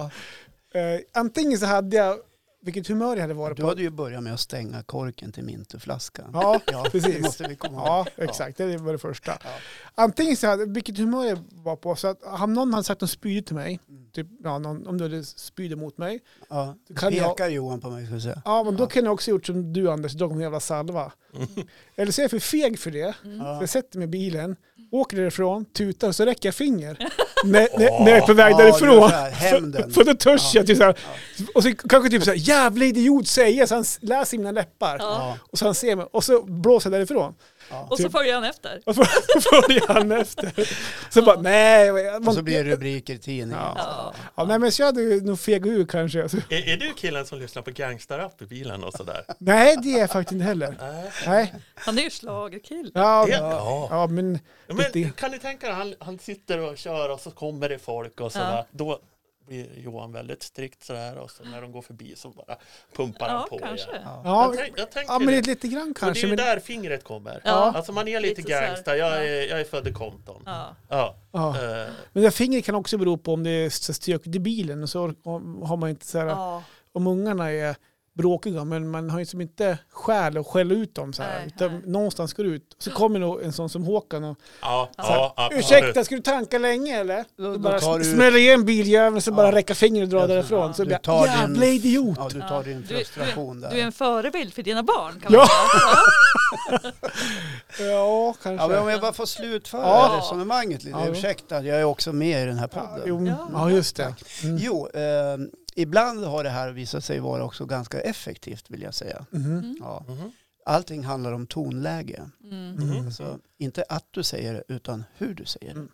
S2: Antingen så hade jag, vilket humör jag hade varit på.
S1: Du hade ju börjat med att stänga korken till mintflaskan.
S2: Ja, precis.
S1: Det måste vi komma
S2: ihåg. Ja, exakt. Det var det första. Ja. Antingen så hade, vilket humör jag var på. Så att om någon hade sagt något spydigt till mig. Typ, om du hade spydigt mot mig.
S1: Ja, pekar Johan på mig ska jag säga.
S2: Ja, men då kan jag också gjort som du Anders. Då kommer en jävla salva. Eller så är jag för feg för det. Så jag sätter mig i bilen. Åker därifrån, tutar och så räcker jag finger. när jag är på väg därifrån. För då törs jag. Typ så här, och så kanske typ så här, jävla idiot säger. Så han läser mina läppar. Och så han ser mig. Och så blåser jag därifrån.
S4: Och så följer han efter.
S2: Och så följer han efter. Så bara, nej.
S1: Och så blir det rubriker i tidningen.
S2: Nej, men så hade jag nog fegat ur kanske.
S3: Är du killen som lyssnar på gangsterrap i bilen och sådär?
S2: Nej, det är jag faktiskt inte heller. Nej.
S4: Han är ju schlagerkill.
S2: Ja, men
S3: kan ni tänka er, han sitter och kör och så kommer det folk och sådär. Då blir Johan väldigt strikt sådär och så när de går förbi så bara pumpar han på
S4: kanske.
S3: Igen.
S2: Jag tänker men lite grann kanske.
S3: Och det är ju där fingret kommer. Alltså man är lite gangsta. Jag är född i Compton.
S2: Men det fingret kan också bero på om det är stökigt i bilen och så har man inte så här, om ungarna är bråkiga, men man har ju som inte skäl att skälla ut dem så här. Utan någonstans går ut. Så kommer nog en sån som Håkan och ursäkta, ska du tanka länge eller? Då bara smäller igen biljäveln så bara räcka fingret och dra därifrån. Så blir jag jävla idiot.
S1: Ja, du tar din frustration där.
S4: Du är en förebild för dina barn kan man säga.
S2: Ja, kanske.
S1: Ja, men om jag bara får slutföra resonemanget lite. Ursäkta, jag är också med i den här podden.
S2: Ja, just det.
S1: Jo, ibland har det här visat sig vara också ganska effektivt vill jag säga. Allting handlar om tonläge. Alltså, inte att du säger det utan hur du säger det.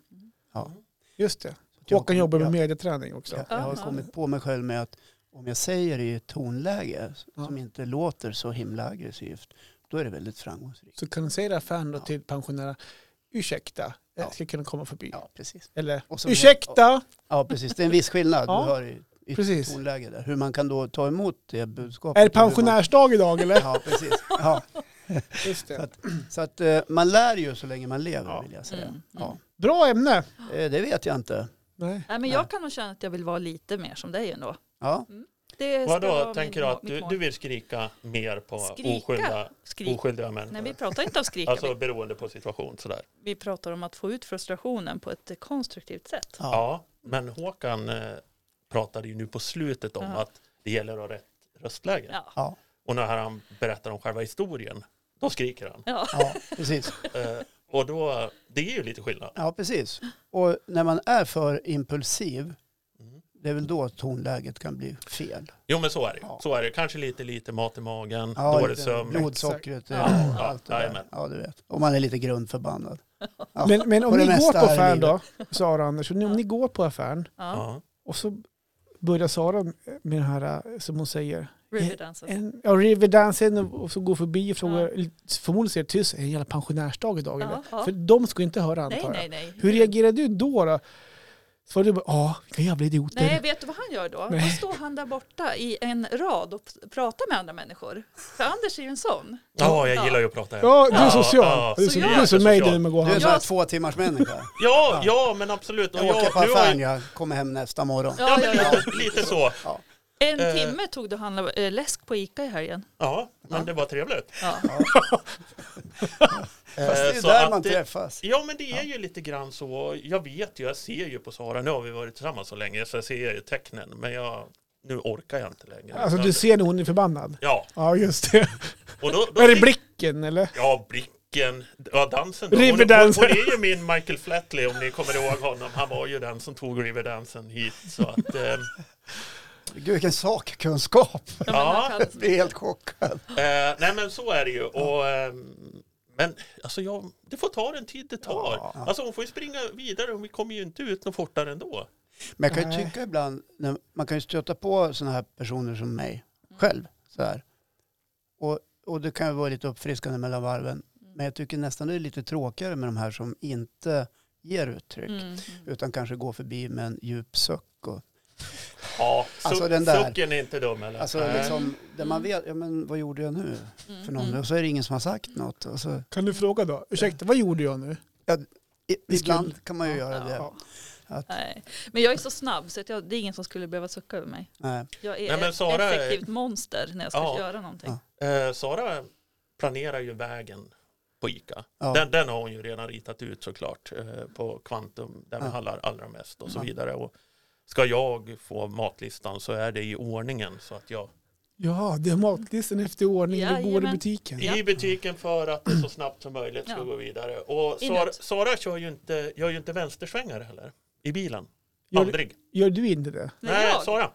S2: Just det. Håkan jobbar med medieträning också.
S1: Jag har kommit på mig själv med att om jag säger det i ett tonläge som inte låter så himla aggressivt, då är det väldigt framgångsrikt.
S2: Så kan du säga det affären då till pensionärer, ursäkta, jag ska kunna komma förbi.
S1: Ja, precis.
S2: Eller, ursäkta!
S1: Ja, precis. Det är en viss skillnad. Du hör i tonläge där. Hur man kan då ta emot det budskapet.
S2: Är det pensionärsdag idag eller?
S1: Ja, precis. Ja.
S2: Just det.
S1: Så att man lär ju så länge man lever vill jag säga.
S2: Bra ämne.
S1: Det vet jag inte.
S4: Nej, men jag kan nog känna att jag vill vara lite mer som dig ändå.
S1: Ja.
S3: Vadå, tänker du att du vill skrika mer på oskyldiga människor?
S4: Nej, vi pratar inte om skrika.
S3: Alltså beroende på situation sådär.
S4: Vi pratar om att få ut frustrationen på ett konstruktivt sätt.
S3: Ja, men Håkan pratade ju nu på slutet om att det gäller att ha rätt röstläge.
S1: Ja.
S3: Och när han berättar om själva historien, då skriker han.
S1: Ja, precis.
S3: Och då, det är ju lite skillnad.
S1: Ja, precis. Och när man är för impulsiv, det är väl då tonläget kan bli fel.
S3: Jo, men så är det. Så är det. Kanske lite mat i magen, dålig sömn.
S1: Blodsockret, allt det där. Ja, du vet. Och man är lite grundförbannad. Ja.
S2: Men om ni går på affären då, Sara Anders, om ni går på affären och så börjar Sara med den här, som hon säger, Riverdansen och så går förbi och frågar, förmodligen säger tyst, är det en jävla pensionärsdag idag eller? För de ska inte höra antar jag.
S4: Nej.
S2: Hur reagerar du då? Så var det bara, vilka jävla idioter.
S4: Nej, vet du vad han gör då?
S2: Nej.
S4: Då står han där borta i en rad och pratar med andra människor. För Anders är ju en sån.
S3: Ja, jag gillar ju att prata.
S2: Ja, du är social.
S3: Ja,
S2: Du är
S4: så
S2: som,
S4: jag
S2: du är som
S3: är
S2: mig
S3: social.
S2: när man går
S1: Du är en
S2: hem.
S1: sån här 2 timmars människa.
S3: Ja, men absolut. Och
S1: Jag åker på
S3: du har
S1: affären,
S3: ju,
S1: jag kommer hem nästa morgon.
S3: ja, men lite så.
S4: En timme tog det att handla läsk på Ica i helgen.
S3: Ja, men det var trevligt.
S4: Ja.
S1: Fast det är ju
S3: Så
S1: där
S3: att
S1: man
S3: det-
S1: träffas.
S3: Ja, men det är ju lite grann så. Jag vet ju, jag ser ju på Sara. Nu har vi varit tillsammans så länge så jag ser ju tecknen. Men nu orkar jag inte längre.
S2: Alltså du ser när hon är förbannad.
S3: Ja,
S2: Ja, just det.
S3: och då
S2: Är det blicken eller?
S3: Ja, blicken. Ja, dansen då.
S2: Riverdansen.
S3: Hon är ju min Michael Flatley om ni kommer ihåg honom. Han var ju den som tog Riverdansen hit. Så att,
S1: Gud, vilken sakkunskap.
S3: ja,
S1: Jag blir helt chockad.
S3: nej men så är det ju. Och, men alltså det får ta den tid det tar.
S1: Ja.
S3: Alltså hon får ju springa vidare och vi kommer ju inte ut något fortare ändå.
S1: Men jag kan ju
S2: Nej.
S1: tycka ibland, man kan ju stöta på sådana här personer som mig själv. Så här. Och det kan ju vara lite uppfriskande mellan varven. Men jag tycker nästan det är lite tråkigare med de här som inte ger uttryck. Utan kanske går förbi med en djup suck. Och,
S3: Ja,
S1: Alltså den där-
S3: sucken är inte dum eller?
S1: alltså liksom, där man vet, ja men vad gjorde jag nu för någon? Och så är det ingen som har sagt något. Och så,
S2: Kan du fråga då? Ursäkta, vad gjorde jag nu?
S1: ibland kan man ju göra det.
S2: Ja.
S1: Att,
S4: Nej. Men jag är så snabb så att det är ingen som skulle behöva sucka över mig.
S1: nej.
S4: Jag är
S3: Nej, men
S4: ett
S3: Sara är-
S4: effektivt monster när jag ska
S3: Ja.
S4: göra någonting.
S1: Ja.
S3: Sara planerar ju vägen på Ica.
S1: Ja.
S3: Den har hon ju redan ritat ut såklart på Kvantum där vi
S1: Ja.
S3: handlar allra mest och så
S1: Ja.
S3: vidare. Och ska jag få matlistan så är det i ordningen så att jag
S2: Ja, det är matlistan efter ordning. Det går i
S4: Jajamän.
S2: butiken.
S3: i butiken för att det så snabbt som möjligt ska
S4: Ja.
S3: gå vidare. Och
S4: Inåt.
S3: Sara gör ju inte vänstersvängar heller i bilen.
S2: Gör-
S3: Aldrig.
S2: Gör du inte det?
S3: Nej,
S4: jag.
S3: Sara.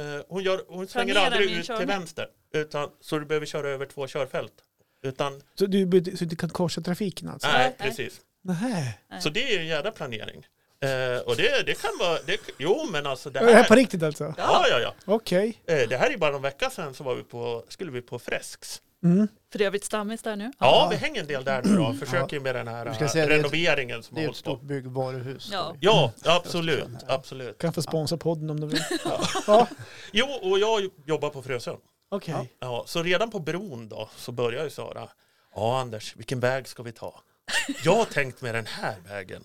S3: Hon svänger
S4: Planerar
S3: aldrig
S4: min
S3: ut
S4: körning.
S3: till vänster. Så du behöver köra över 2 körfält. Utan,
S2: Så du kan korsa trafiken alltså?
S3: nej,
S4: Nej.
S3: precis.
S2: Nej.
S4: Nej.
S3: Så det är ju jävla planering. Och det kan vara, jo men alltså det
S2: Är det här
S3: här.
S2: på riktigt alltså?
S3: Ja.
S2: Okej.
S3: Det här är bara någon vecka sedan så skulle vi på Fresks.
S2: Mm.
S4: För övrigt stammis där nu.
S3: Ja, vi hänger en del där nu då. Försöker med den
S1: Du ska
S3: här
S1: säga, det är ett-
S3: renoveringen som
S1: Det är
S3: har
S1: ett
S3: hållit på.
S1: stort byggvaruhus.
S4: Ja.
S3: Ja, absolut. Absolut.
S2: Kan få sponsra podden om du vill. Ja.
S3: Jo, och jag jobbar på Frösön.
S2: Okej.
S3: Ja, så redan på bron då så börjar ju Sara. Ja, Anders, vilken väg ska vi ta? Jag har tänkt med den här vägen.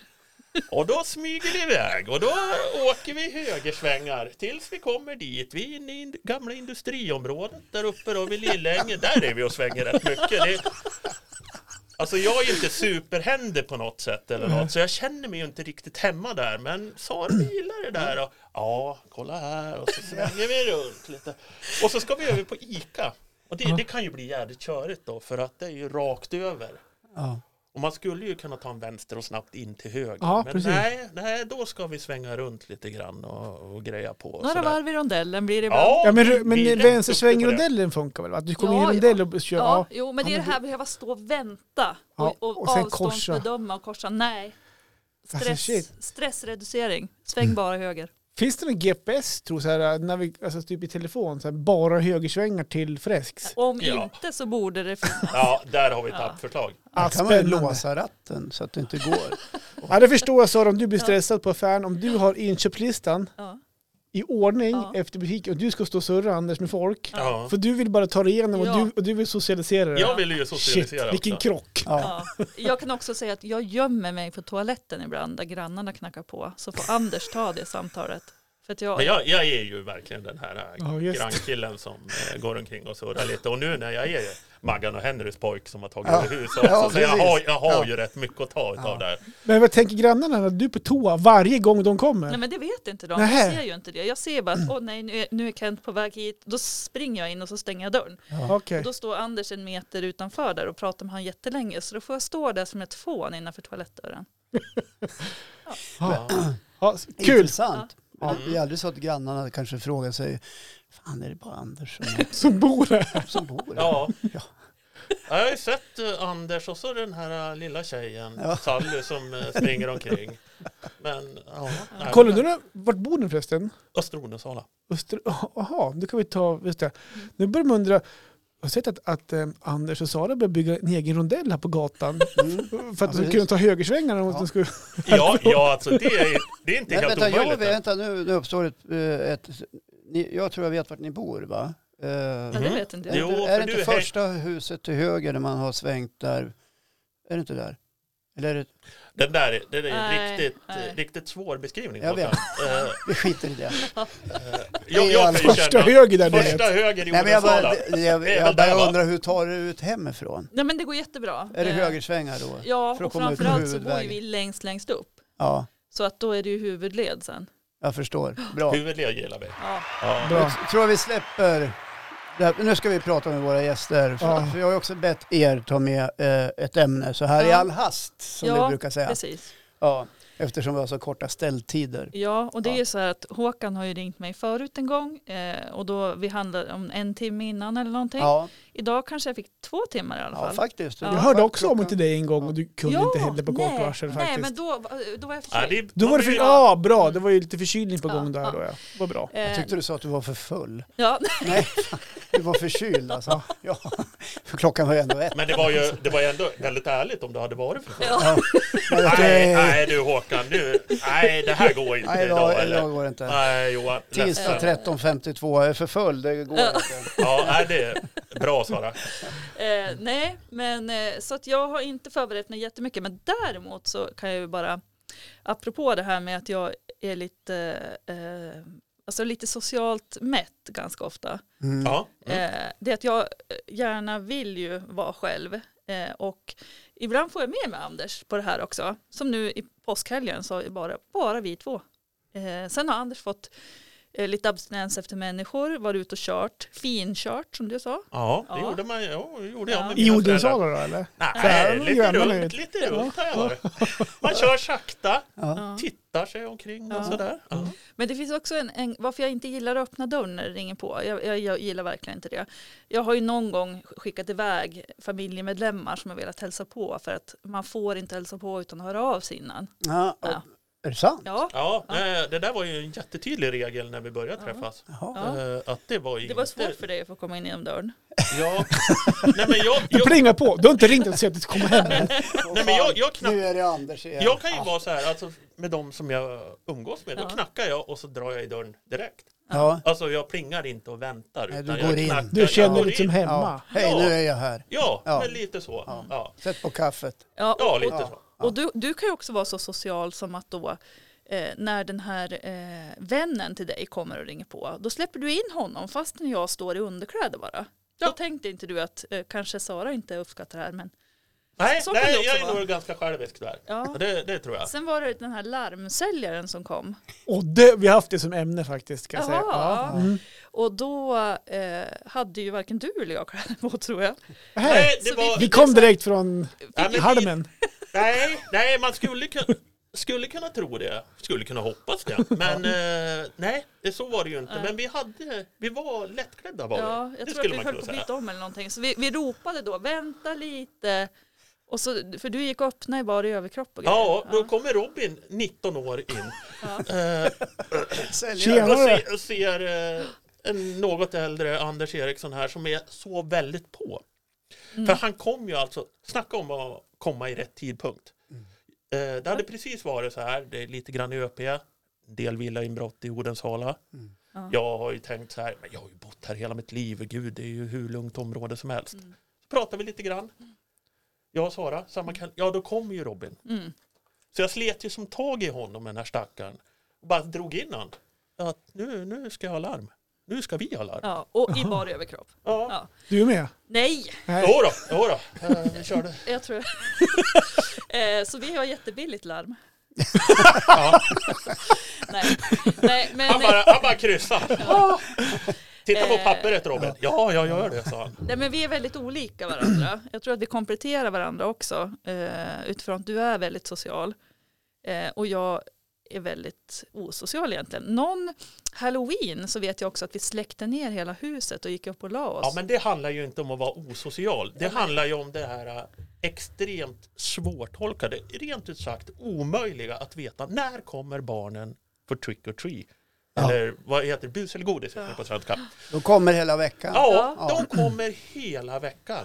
S3: Och då smyger vi iväg och då åker vi högersvängar tills vi kommer dit. Vi är inne i gamla industriområdet där uppe då vid Lillänge. Där är vi och svänger rätt mycket. Alltså jag är ju inte superhänder på något sätt eller något, så jag känner mig ju inte riktigt hemma där. Men Sara gillar det där och ja, kolla här och så svänger vi runt lite. Och så ska vi över på Ica. Och det kan ju bli jävligt körigt då för att det är ju rakt över.
S1: Ja.
S3: Och man skulle ju kunna ta en vänster och snabbt in till höger.
S2: Ja,
S3: men
S2: precis.
S3: nej, då ska vi svänga runt lite grann och greja på. och
S4: Några
S3: sådär.
S4: varv i rondellen blir det ibland.
S2: Ja, men
S3: vi är rätt duktiga på
S2: vänstersvängrondellen funkar väl? Att du kommer
S4: Ja,
S2: i en rondell och kör?
S4: Ja,
S2: Ja.
S4: jo, men det är det här att behöva stå och vänta
S2: Ja,
S4: och
S2: och sen
S4: avståndsbedöma och korsa. Nej.
S2: Alltså, shit.
S4: Stressreducering. Sväng bara höger.
S2: Finns det någon GPS, tror jag, alltså typ i telefon, så här, bara högersvängar till Fresks?
S4: Om
S3: Ja.
S4: inte så borde det finnas.
S3: Ja, där har vi ett
S4: Ja.
S3: appförslag.
S1: Då kan man ju
S2: Spännande.
S1: låsa ratten så att det inte går.
S2: Ja, det förstår jag Sara, om du blir stressad på affären, om du har inköpslistan
S4: Ja.
S2: i ordning
S4: Ja.
S2: efter butiken och du ska stå och surra Anders med folk.
S3: Ja.
S2: För du vill bara ta dig igenom
S4: Ja.
S2: och du vill socialisera det.
S3: Jag vill ju
S2: Shit,
S3: socialisera
S2: vilken
S3: också.
S2: krock.
S1: Ja.
S4: Ja. Jag kan också säga att jag gömmer mig på toaletten ibland där grannarna knackar på. Så får Anders ta det samtalet. För att
S3: Men jag är ju verkligen den här
S2: Ja, just det.
S3: grannkillen som går omkring och surrar lite. Och nu när jag är Maggan och Henrys pojk som har tagit
S1: Ja.
S3: över huset också,
S1: Ja,
S3: så jag
S1: precis.
S3: har
S1: Ja.
S3: ju rätt mycket att ta utav där.
S2: Men vad tänker grannarna när du är på toa varje gång de kommer?
S4: Nej, men det vet inte de.
S2: Nähä.
S4: Jag ser ju inte det. Jag ser bara att nej, nu är Kent på väg hit. Då springer jag in och så stänger jag dörren.
S2: Okej.
S4: Och då står Anders en meter utanför där och pratar med han jättelänge. Så då får jag stå där som ett fån innanför toalettdörren.
S2: Ja. Ja, kul.
S1: Intressant.
S2: Ja.
S1: Det är aldrig så att grannarna kanske frågar sig, fan är det bara Anders
S2: Som bor här.
S1: som bor här?
S3: Ja.
S1: Ja.
S3: Jag har ju sett Anders och så den här lilla tjejen,
S1: Ja.
S3: Sally, som springer omkring. Men, ja. nej,
S2: Kollar du nu, vart bor ni förresten?
S3: Österonäsala.
S2: Jaha, det kan vi ta, just det. Nu börjar man undra, har sett att Anders och Sara började bygga en egen rondell här på gatan. För att de kunde ta högersvängarna. Och de skulle...
S3: Ja, alltså det är inte helt omöjligt.
S1: Vänta, nu uppstår jag tror jag vet vart ni bor, va?
S4: Ja, det vet inte jag.
S3: Jo,
S1: är det inte första huset till höger när man har svängt där? Är det inte där? Eller är det...
S3: Det är en riktigt svår beskrivning.
S1: Jag vet. Vi skiter i det.
S2: Första höger där.
S3: Första höger i Odensala.
S1: Jag bara undrar, hur tar du ut hemifrån?
S4: Nej, men det går jättebra.
S1: Är det högersvängar då?
S4: Ja, och framförallt så bor vi längst upp.
S1: Ja.
S4: Så att då är det ju huvudled sen.
S1: Jag förstår. Bra.
S3: Huvudled gillar vi.
S4: Ja.
S1: Bra. Jag tror vi släpper... Nu ska vi prata med våra gäster. För jag har också bett er ta med ett ämne så här i all hast, som vi brukar säga.
S4: Precis.
S1: Ja, eftersom vi har så korta ställtider.
S4: Ja, och det är ju så här att Håkan har ju ringt mig förut en gång och då vi handlade om 1 timme innan eller någonting. Ja. Idag kanske jag fick 2 timmar i alla fall.
S1: Ja, faktiskt.
S2: Jag hörde också om till dig en gång och du kunde inte heller på kort varsel faktiskt.
S4: Nej, men då var jag förkyld.
S2: Bra. Det var ju lite förkylning på gång där då. Ja. Det var bra.
S1: Jag tyckte du sa att du var för full.
S4: Ja.
S1: Nej, du var förkyld alltså. Ja. För klockan var ju ändå 1.
S3: Men det var ju ändå väldigt ärligt om du hade varit för full.
S4: Ja.
S3: Nej du Håkan, nej det här går inte
S1: idag går det inte.
S3: Nej Johan.
S1: Tisdag 13.52, jag är för full, det går inte.
S3: Ja, det är bra Sara.
S4: Nej, men så att jag har inte förberett mig jättemycket, men däremot så kan jag ju bara, apropå det här med att jag är lite socialt mätt ganska ofta. Det är att jag gärna vill ju vara själv och ibland får jag med mig Anders på det här också. Som nu i påskhelgen så är bara vi 2. Sen har Anders fått lite abstinens efter människor, var ute och finkört som du sa.
S3: Ja, det gjorde man gjorde jag med
S2: i Odensala då eller?
S3: Nej, lite runt har jag varit. Man kör sakta, tittar sig omkring och sådär. Ja.
S4: Men det finns också varför jag inte gillar att öppna dörren när det ringer på. Jag gillar verkligen inte det. Jag har ju någon gång skickat iväg familjemedlemmar som har velat hälsa på för att man får inte hälsa på utan att höra av sig innan.
S1: Ja. Är det sant?
S4: Ja.
S3: Det där var ju en jättetydlig regel när vi började träffas. Att det var
S4: svårt för dig att få komma in genom dörren.
S3: Ja. Nej, men
S2: du plingar på. Du har inte ringt och sagt att du kommer hem.
S3: Nej, men
S1: nu är det Anders igen.
S3: Jag kan ju vara så här, alltså, med de som jag umgås med. Då knackar jag och så drar jag i dörren direkt.
S1: Ja.
S3: Alltså jag plingar inte och väntar.
S1: Nej,
S3: utan
S1: du går
S3: jag
S1: in.
S2: Du känner dig som hemma.
S1: Hej, nu är jag här.
S3: Ja, men lite så. Ja.
S1: Sätt på kaffet.
S3: Ja, lite så.
S4: Och du kan ju också vara så social som att då när den här vännen till dig kommer och ringer på, då släpper du in honom fast när jag står i underkläder bara. Ja. Då tänkte inte du att kanske Sara inte uppskattar det här, men
S3: nej jag är nog ganska självisk där. Ja. Det tror jag.
S4: Sen var det den här larmsäljaren som kom.
S2: Och vi har haft det som ämne faktiskt, kan jag säga. Ja.
S4: Och då hade ju varken du eller jag kläder på, tror jag.
S2: Vi kom direkt från halmen.
S3: Nej, man skulle kunna tro det. Skulle kunna hoppas det. Men nej, så var det ju inte. Men vi var lättklädda var
S4: ja, jag tror att vi höll på att byta om eller någonting. Så vi ropade då, vänta lite. Och så, för du gick och öppnade bara i överkropp och grejer.
S3: Ja, då kommer Robin 19 år in. Och ser en något äldre Anders Eriksson här som är så väldigt på. För han kom ju alltså, snacka om att komma i rätt tidpunkt. Det hade precis varit så här, det är lite grann i ÖP, del villainbrott i Odensala. Jag har ju tänkt så här, men jag har ju bott här hela mitt liv, gud det är ju hur lugnt område som helst. Så pratar vi lite grann. Jag och Sara, då kommer ju Robin. Så jag slet ju som tag i honom, den här stackaren. Och bara drog in han. Att nu ska jag ha larm. Nu ska vi ha larm.
S4: Ja, och i bara överkropp.
S3: Ja.
S2: Du är med?
S4: Nej.
S3: Jodå. Vi körde.
S4: Jag tror så vi har jättebilligt larm. Nej, men
S3: han bara kryssar. Titta på pappret, Robin. Ja, jag gör det, sa han.
S4: Nej, men vi är väldigt olika varandra. Jag tror att vi kompletterar varandra också. Utifrån att du är väldigt social. Och jag är väldigt osocial egentligen. Någon Halloween så vet jag också att vi släckte ner hela huset och gick upp och la oss.
S3: Ja, men det handlar ju inte om att vara osocial. Det handlar ju om det här extremt svårtolkade, rent ut sagt omöjliga att veta när kommer barnen för trick or treat. Eller vad heter det? Bus eller godis på svenska.
S1: De kommer hela veckan.
S3: Ja, de kommer hela veckan.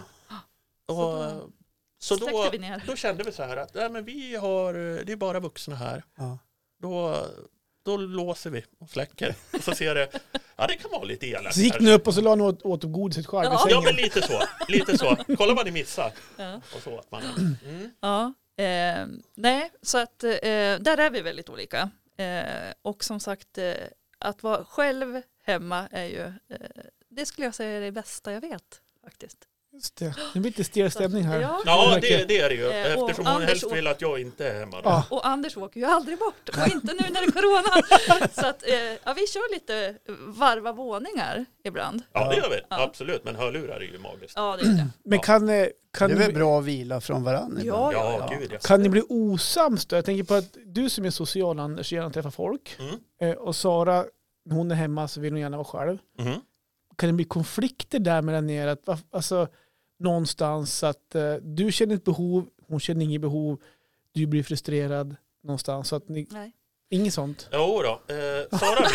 S3: Så då kände vi så här att men det är bara vuxna här. Ja. Då låser vi och släcker. Och så ser det, det kan vara lite elakt.
S2: Så gick ni upp och så la ni åt godiset själv i sängen.
S3: Ja, men lite så. Kolla vad ni missar. Ja. Och så att man...
S4: Ja, nej, så att där är vi väldigt olika. Och som sagt, att vara själv hemma är ju, det skulle jag säga är det bästa jag vet faktiskt.
S2: Just det. Det blir lite stel stämning här.
S3: Ja, det är det ju. Eftersom hon helst vill att jag inte är hemma.
S4: Ja. Och Anders åker ju aldrig bort. Och inte nu när det är corona. Så att, vi kör lite varva våningar ibland.
S3: Ja, det gör vi. Ja. Absolut. Men hörlurar är ju magiskt.
S4: Ja, det är det.
S2: Men kan
S1: det är väl bra att vila från varandra?
S3: Ja. Gud, ja.
S2: Kan ni bli osams då? Jag tänker på att du som är social, Anders, gärna träffar folk. Och Sara, när hon är hemma så vill hon gärna vara själv. Kan det bli konflikter där mellan er? Att, alltså, någonstans att du känner ett behov, hon känner inget behov, du blir frustrerad någonstans. Så att ni, inget sånt?
S3: Jo då. Sara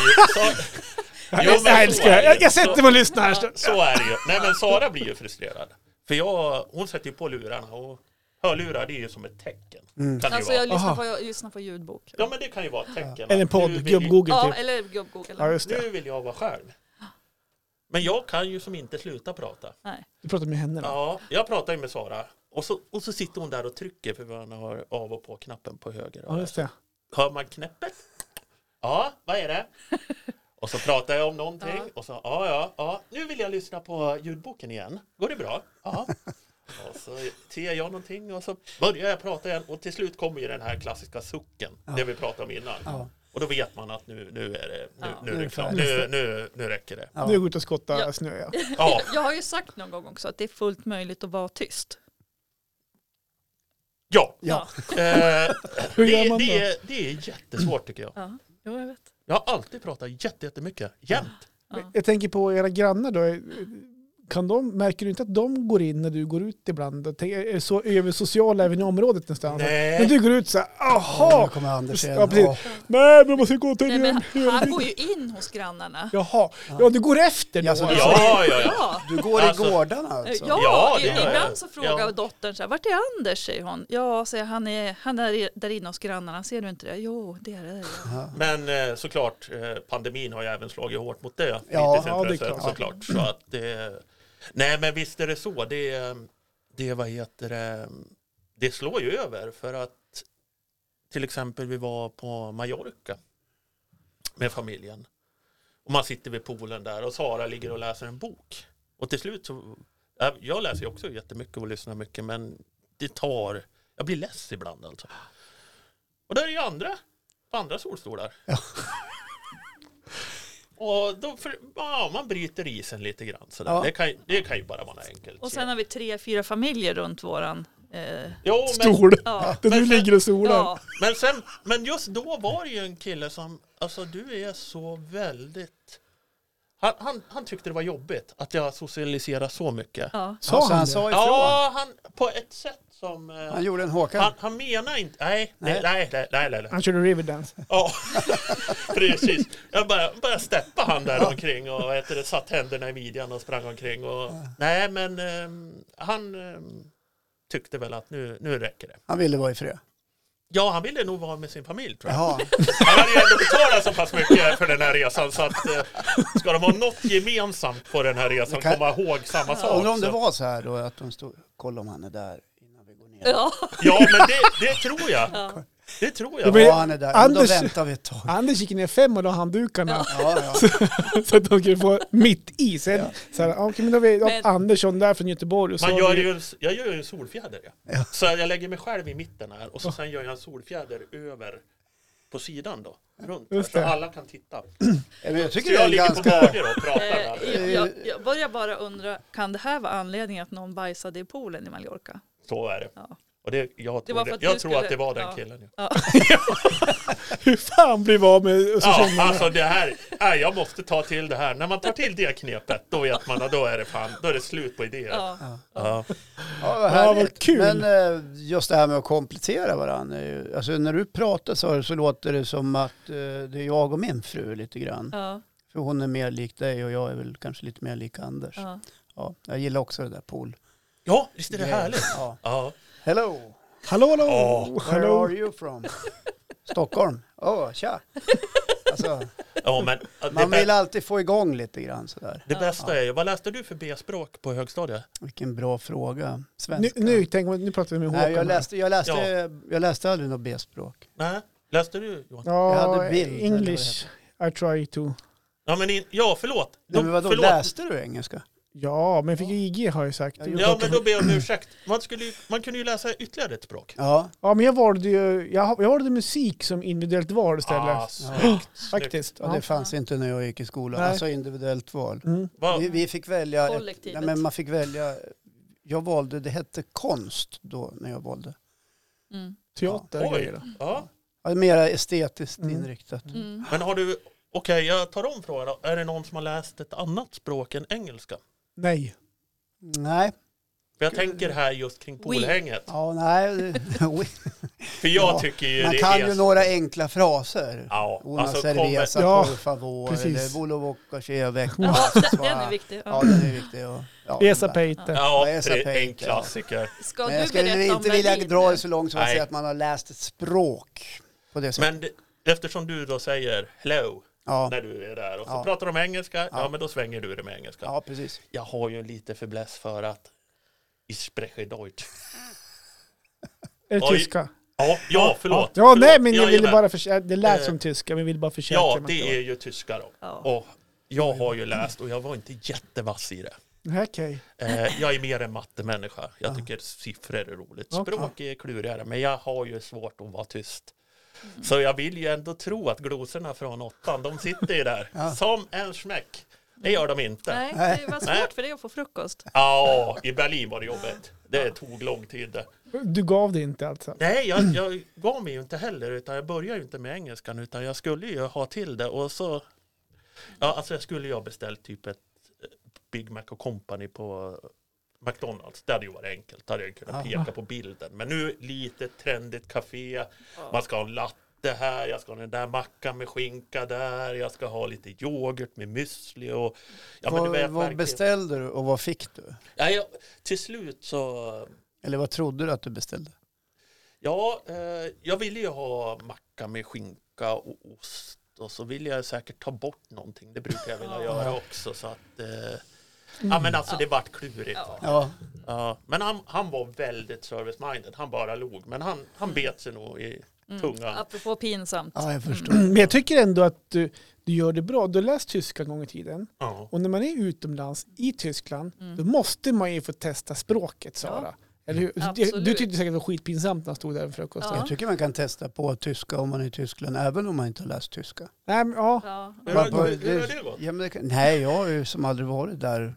S2: jag sätter mig och lyssnar här.
S3: Så är det ju. Nej, men Sara blir ju frustrerad. För hon sätter ju på lurarna och hörlurar, det är ju som ett tecken.
S4: Alltså jag lyssnar på ljudbok.
S3: Ja, men det kan ju vara ett tecken.
S2: Eller en podd, gubb-Google.
S4: Ja, eller gubb-Google.
S2: Ja, just det.
S3: Nu vill jag vara själv. Men jag kan ju som inte sluta prata.
S4: Nej.
S2: Du pratar med henne då?
S3: Ja, jag pratar ju med Sara. Och så sitter hon där och trycker för man har av och på knappen på höger.
S2: Ja, just det.
S3: Hör man knäppet? Ja, vad är det? Och så pratar jag om någonting. Och så, ja. Nu vill jag lyssna på ljudboken igen. Går det bra? Ja. Och så ser jag någonting och så börjar jag prata igen. Och till slut kommer ju den här klassiska sucken. Det vi pratade om innan. Ja. Och då vet man att nu är det klart. Nu räcker det.
S2: Ja. Nu går ut och skotta snö.
S3: Ja.
S4: Jag har ju sagt någon gång också att det är fullt möjligt att vara tyst.
S3: Ja.
S2: Hur gör man då?
S3: Det är jättesvårt tycker jag.
S4: Ja, jag vet.
S3: Jag har alltid pratat jättemycket. Jämt.
S2: Ja. Jag tänker på era grannar då. Märker du inte att de går in när du går ut ibland? Är det så över sociala även i området någonstans?
S3: Nej.
S2: När du går ut så här, aha!
S1: Nu kommer Anders igen.
S2: Ja, precis. Nej, men måste gå till
S4: han går ju in hos grannarna.
S2: Jaha, du går efter då.
S3: Ja.
S1: Du går i gårdarna alltså?
S4: Ja, ibland så frågar dottern så här, vart är Anders, säger hon. Ja, säger han är där inne hos grannarna, ser du inte det? Jo, det är det. Ja.
S3: Men såklart, pandemin har ju även slagit hårt mot det.
S2: Ja, det är klart.
S3: Såklart. Så att det... Nej, men visst är det så. Det slår ju över för att till exempel vi var på Mallorca med familjen. Och man sitter vid poolen där och Sara ligger och läser en bok. Och till slut så, jag läser ju också jättemycket och lyssnar mycket, men jag blir less ibland alltså. Och där är ju andra solstolar. Ja. Och då man bryter isen lite grann. Ja. Det kan ju bara vara enkelt.
S4: Och sen har vi 3-4 familjer runt våran
S2: stol. Där du ligger och solar.
S4: Ja.
S3: Men just då var det ju en kille som, alltså du är så väldigt... Han tyckte det var jobbigt att jag socialiserar så mycket.
S4: Ja.
S1: Han sa ifrån?
S3: Ja, han på ett sätt som...
S1: Han gjorde en Håkan.
S3: Han menar inte... Nej.
S2: Han körde Riverdance.
S3: Ja, precis. Jag bara steppa han där omkring och satt händerna i midjan och sprang omkring. Och, nej, men han tyckte väl att nu räcker det.
S1: Han ville vara i fred.
S3: Ja, han ville nog vara med sin familj, tror jag. Han hade ju ändå betalat så pass mycket för den här resan så att ska de ha något gemensamt på den här resan, komma ihåg samma sak.
S1: Undrar om det var så här då att de stod, kolla om han är där innan vi går ner.
S3: Ja, men det tror jag. Ja. Det tror jag.
S1: Ja, han är där. Anders, då väntar vi ett tag.
S2: Anders gick ner 5 och la handdukarna. Ja. Så att de skulle få mitt i. Sen så här, okej, men då har vi Andersson där från Göteborg. Och så
S3: jag gör ju en solfjäder. Ja. Så jag lägger mig själv i mitten här. Och så sen gör jag en solfjäder över på sidan då. Runt. Så alla kan titta.
S1: Jag tycker
S3: så jag ligger på mage och pratar.
S4: Jag börjar bara undra, kan det här vara anledningen att någon bajsade i poolen i Mallorca?
S3: Så är det.
S4: Ja.
S3: Och jag tror att det var den killen. Ja.
S2: Hur fan blir vi av med
S3: ja, alltså det här, jag måste ta till det här. När man tar till det knepet, då vet man att då är det slut på idéer.
S1: Ja, vad kul. Men just det här med att komplettera varandra. Alltså när du pratar så låter det som att det är jag och min fru lite grann. Ja. För hon är mer lik dig och jag är väl kanske lite mer lik Anders. Ja, jag gillar också det där pool.
S3: Ja, visst är det härligt.
S1: Ja. Hello.
S2: Hallå.
S1: Where are you from? Stockholm. Tja. Alltså, man vill alltid få igång lite grann sådär.
S3: Det bästa är ju, vad läste du för B-språk på högstadiet?
S1: Vilken bra fråga. Svenska.
S2: Nu pratar vi med Håkan.
S1: Nej, jag läste aldrig något B-språk.
S3: Nej, läste du Johan?
S2: Ja,
S1: jag hade bild,
S2: English. I try to.
S3: Ja, men förlåt.
S1: Men vadå, läste du engelska?
S2: Ja, men fick IG har jag sagt.
S3: Ja, men då ber jag om ursäkt. Man kunde ju läsa ytterligare ett språk.
S2: Ja, men jag valde musik som individuellt val istället.
S3: Snyggt.
S2: Faktiskt.
S1: Ja, det fanns inte när jag gick i skolan.
S2: Nej.
S1: Alltså individuellt val. Vi fick välja.
S4: Kollektivet.
S1: Men man fick välja. Jag valde, det hette konst då när jag valde.
S2: Teater och grejer.
S3: Ja.
S1: Mer estetiskt inriktat.
S3: Men har du... Okej, jag tar om frågan då. Är det någon som har läst ett annat språk än engelska?
S2: Nej.
S3: För jag tänker här just kring poolhänget.
S1: Ja, nej.
S3: För jag tycker ju
S1: man
S3: det
S1: kan
S3: är...
S1: ju några enkla fraser.
S3: Ja,
S1: Una
S3: alltså
S1: cerveza, por favor. Eller volovoka chevek.
S4: Ja, den är viktig.
S1: Ja, den är viktig.
S2: Esa Peite.
S3: Ja, en klassiker.
S1: Men jag skulle inte vilja dra det så långt som att säga att man har läst ett språk på det sättet.
S3: Men eftersom du då säger hello när du är där och så pratar de engelska, men då svänger du det med engelska.
S1: Ja, precis.
S3: Jag har ju lite förbläss för att ich spreche Deutsch.
S2: Är det tyska?
S3: Ja, förlåt.
S2: Ja, nej, men jag ville bara det lät som tyska, men jag ville bara försäkra.
S3: Ja, det är ju tyska då. Och jag har ju läst och jag var inte jättevass i det.
S2: Okej.
S3: Jag är mer en mattemänniska. Jag tycker siffror är roligt. Språk är klurigare, men jag har ju svårt att vara tyst. Så jag vill ju ändå tro att glosorna från 8, de sitter ju där som en smäck. Det gör de inte.
S4: Nej, det var svårt för dig att få frukost.
S3: Ja, i Berlin var det jobbigt. Det tog lång tid.
S2: Du gav det inte alltså?
S3: Nej, jag gav mig ju inte heller, utan jag började ju inte med engelskan, utan jag skulle ju ha till det. Och så, alltså jag skulle ju ha beställt typ ett Big Mac och Company på McDonalds. Det hade ju varit enkelt. Där hade jag kunnat peka på bilden. Men nu lite trendigt café. Man ska ha en latte här. Jag ska ha den där mackan med skinka där. Jag ska ha lite yoghurt med müsli. Och,
S1: vad beställde du och vad fick du?
S3: Ja, till slut så...
S1: Eller vad trodde du att du beställde?
S3: Ja, jag ville ju ha macka med skinka och ost. Och så ville jag säkert ta bort någonting. Det brukar jag vilja göra också. Så att... men alltså det vart klurigt. Men han var väldigt service-minded. Han bara log. Men han bet sig nog i tungan.
S4: Apropå pinsamt.
S1: Ja, jag förstår.
S2: Men jag tycker ändå att du gör det bra. Du har läst tyska en gång i tiden.
S3: Ja.
S2: Och när man är utomlands i Tyskland, då måste man ju få testa språket, Sara. Eller hur? Du tyckte säkert det var skitpinsamt när han stod där i frukosten.
S1: Jag tycker man kan testa på tyska om man är i Tyskland, även om man inte har läst tyska.
S2: Nej, men,
S3: Hur har det gått?
S1: Ja, nej, jag har ju som aldrig varit där.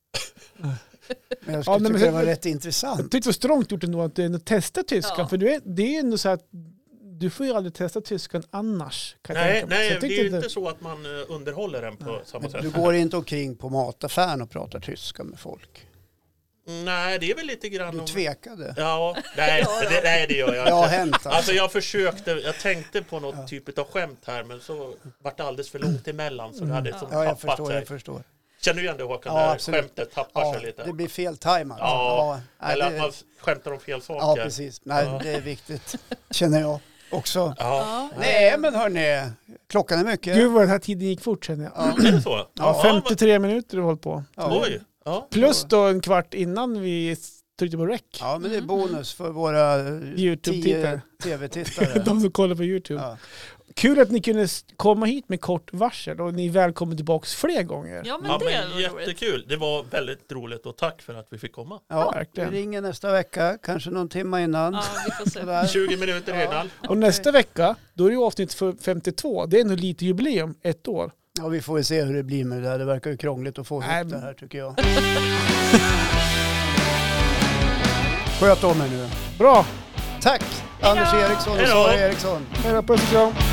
S1: Men jag skulle tycka det var rätt intressant.
S2: Jag tyckte det var strångt gjort ändå att testa tyskan. För det är ändå så att du får ju aldrig testa tyskan annars.
S3: Nej, det är ju inte så att man underhåller den på samma sätt.
S1: Du går inte omkring på mataffären och pratar tyska med folk.
S3: Nej, det är väl lite grann...
S1: Du tvekade.
S3: Ja, nej, det gör jag
S1: inte. Det har hänt.
S3: Alltså jag tänkte på något typ av skämt här, men så var det alldeles för långt emellan så det hade som tappat sig.
S1: Jag förstår.
S3: Känner du igen det, Håkan, där skämtet tappar sig lite?
S1: Det blir fel tajmat.
S3: Eller att man skämtar om fel saker.
S1: Ja, precis. Nej, det är viktigt, känner jag också. Nej, men hörni, klockan är mycket.
S2: Gud vad den här tiden gick fort, känner jag.
S3: Är det så?
S2: Ja, 53 minuter har hållit på.
S3: Oj. Ja.
S2: Plus då en kvart innan vi tryckte på rec.
S1: Ja, men det är bonus för våra
S2: YouTube-tittare.
S1: TV-tittare.
S2: De som kollar på YouTube. Ja. Kul att ni kunde komma hit med kort varsel och ni är välkommen tillbaka fler gånger.
S4: Ja, men det är
S3: jättekul. Det var väldigt roligt och tack för att vi fick komma.
S1: Ja, verkligen. Vi ringer nästa vecka, kanske någon timme innan.
S4: Ja, vi får se.
S3: 20 minuter innan.
S2: Och nästa vecka, då är det avsnitt 52. Det är nog lite jubileum, 1 år.
S1: Ja, vi får ju se hur det blir med det där. Det verkar ju krångligt att få ihop det här, tycker jag. Sköt om er nu.
S2: Bra.
S1: Tack, Anders Eriksson och Sara Eriksson.
S2: Hej då, puss och kram.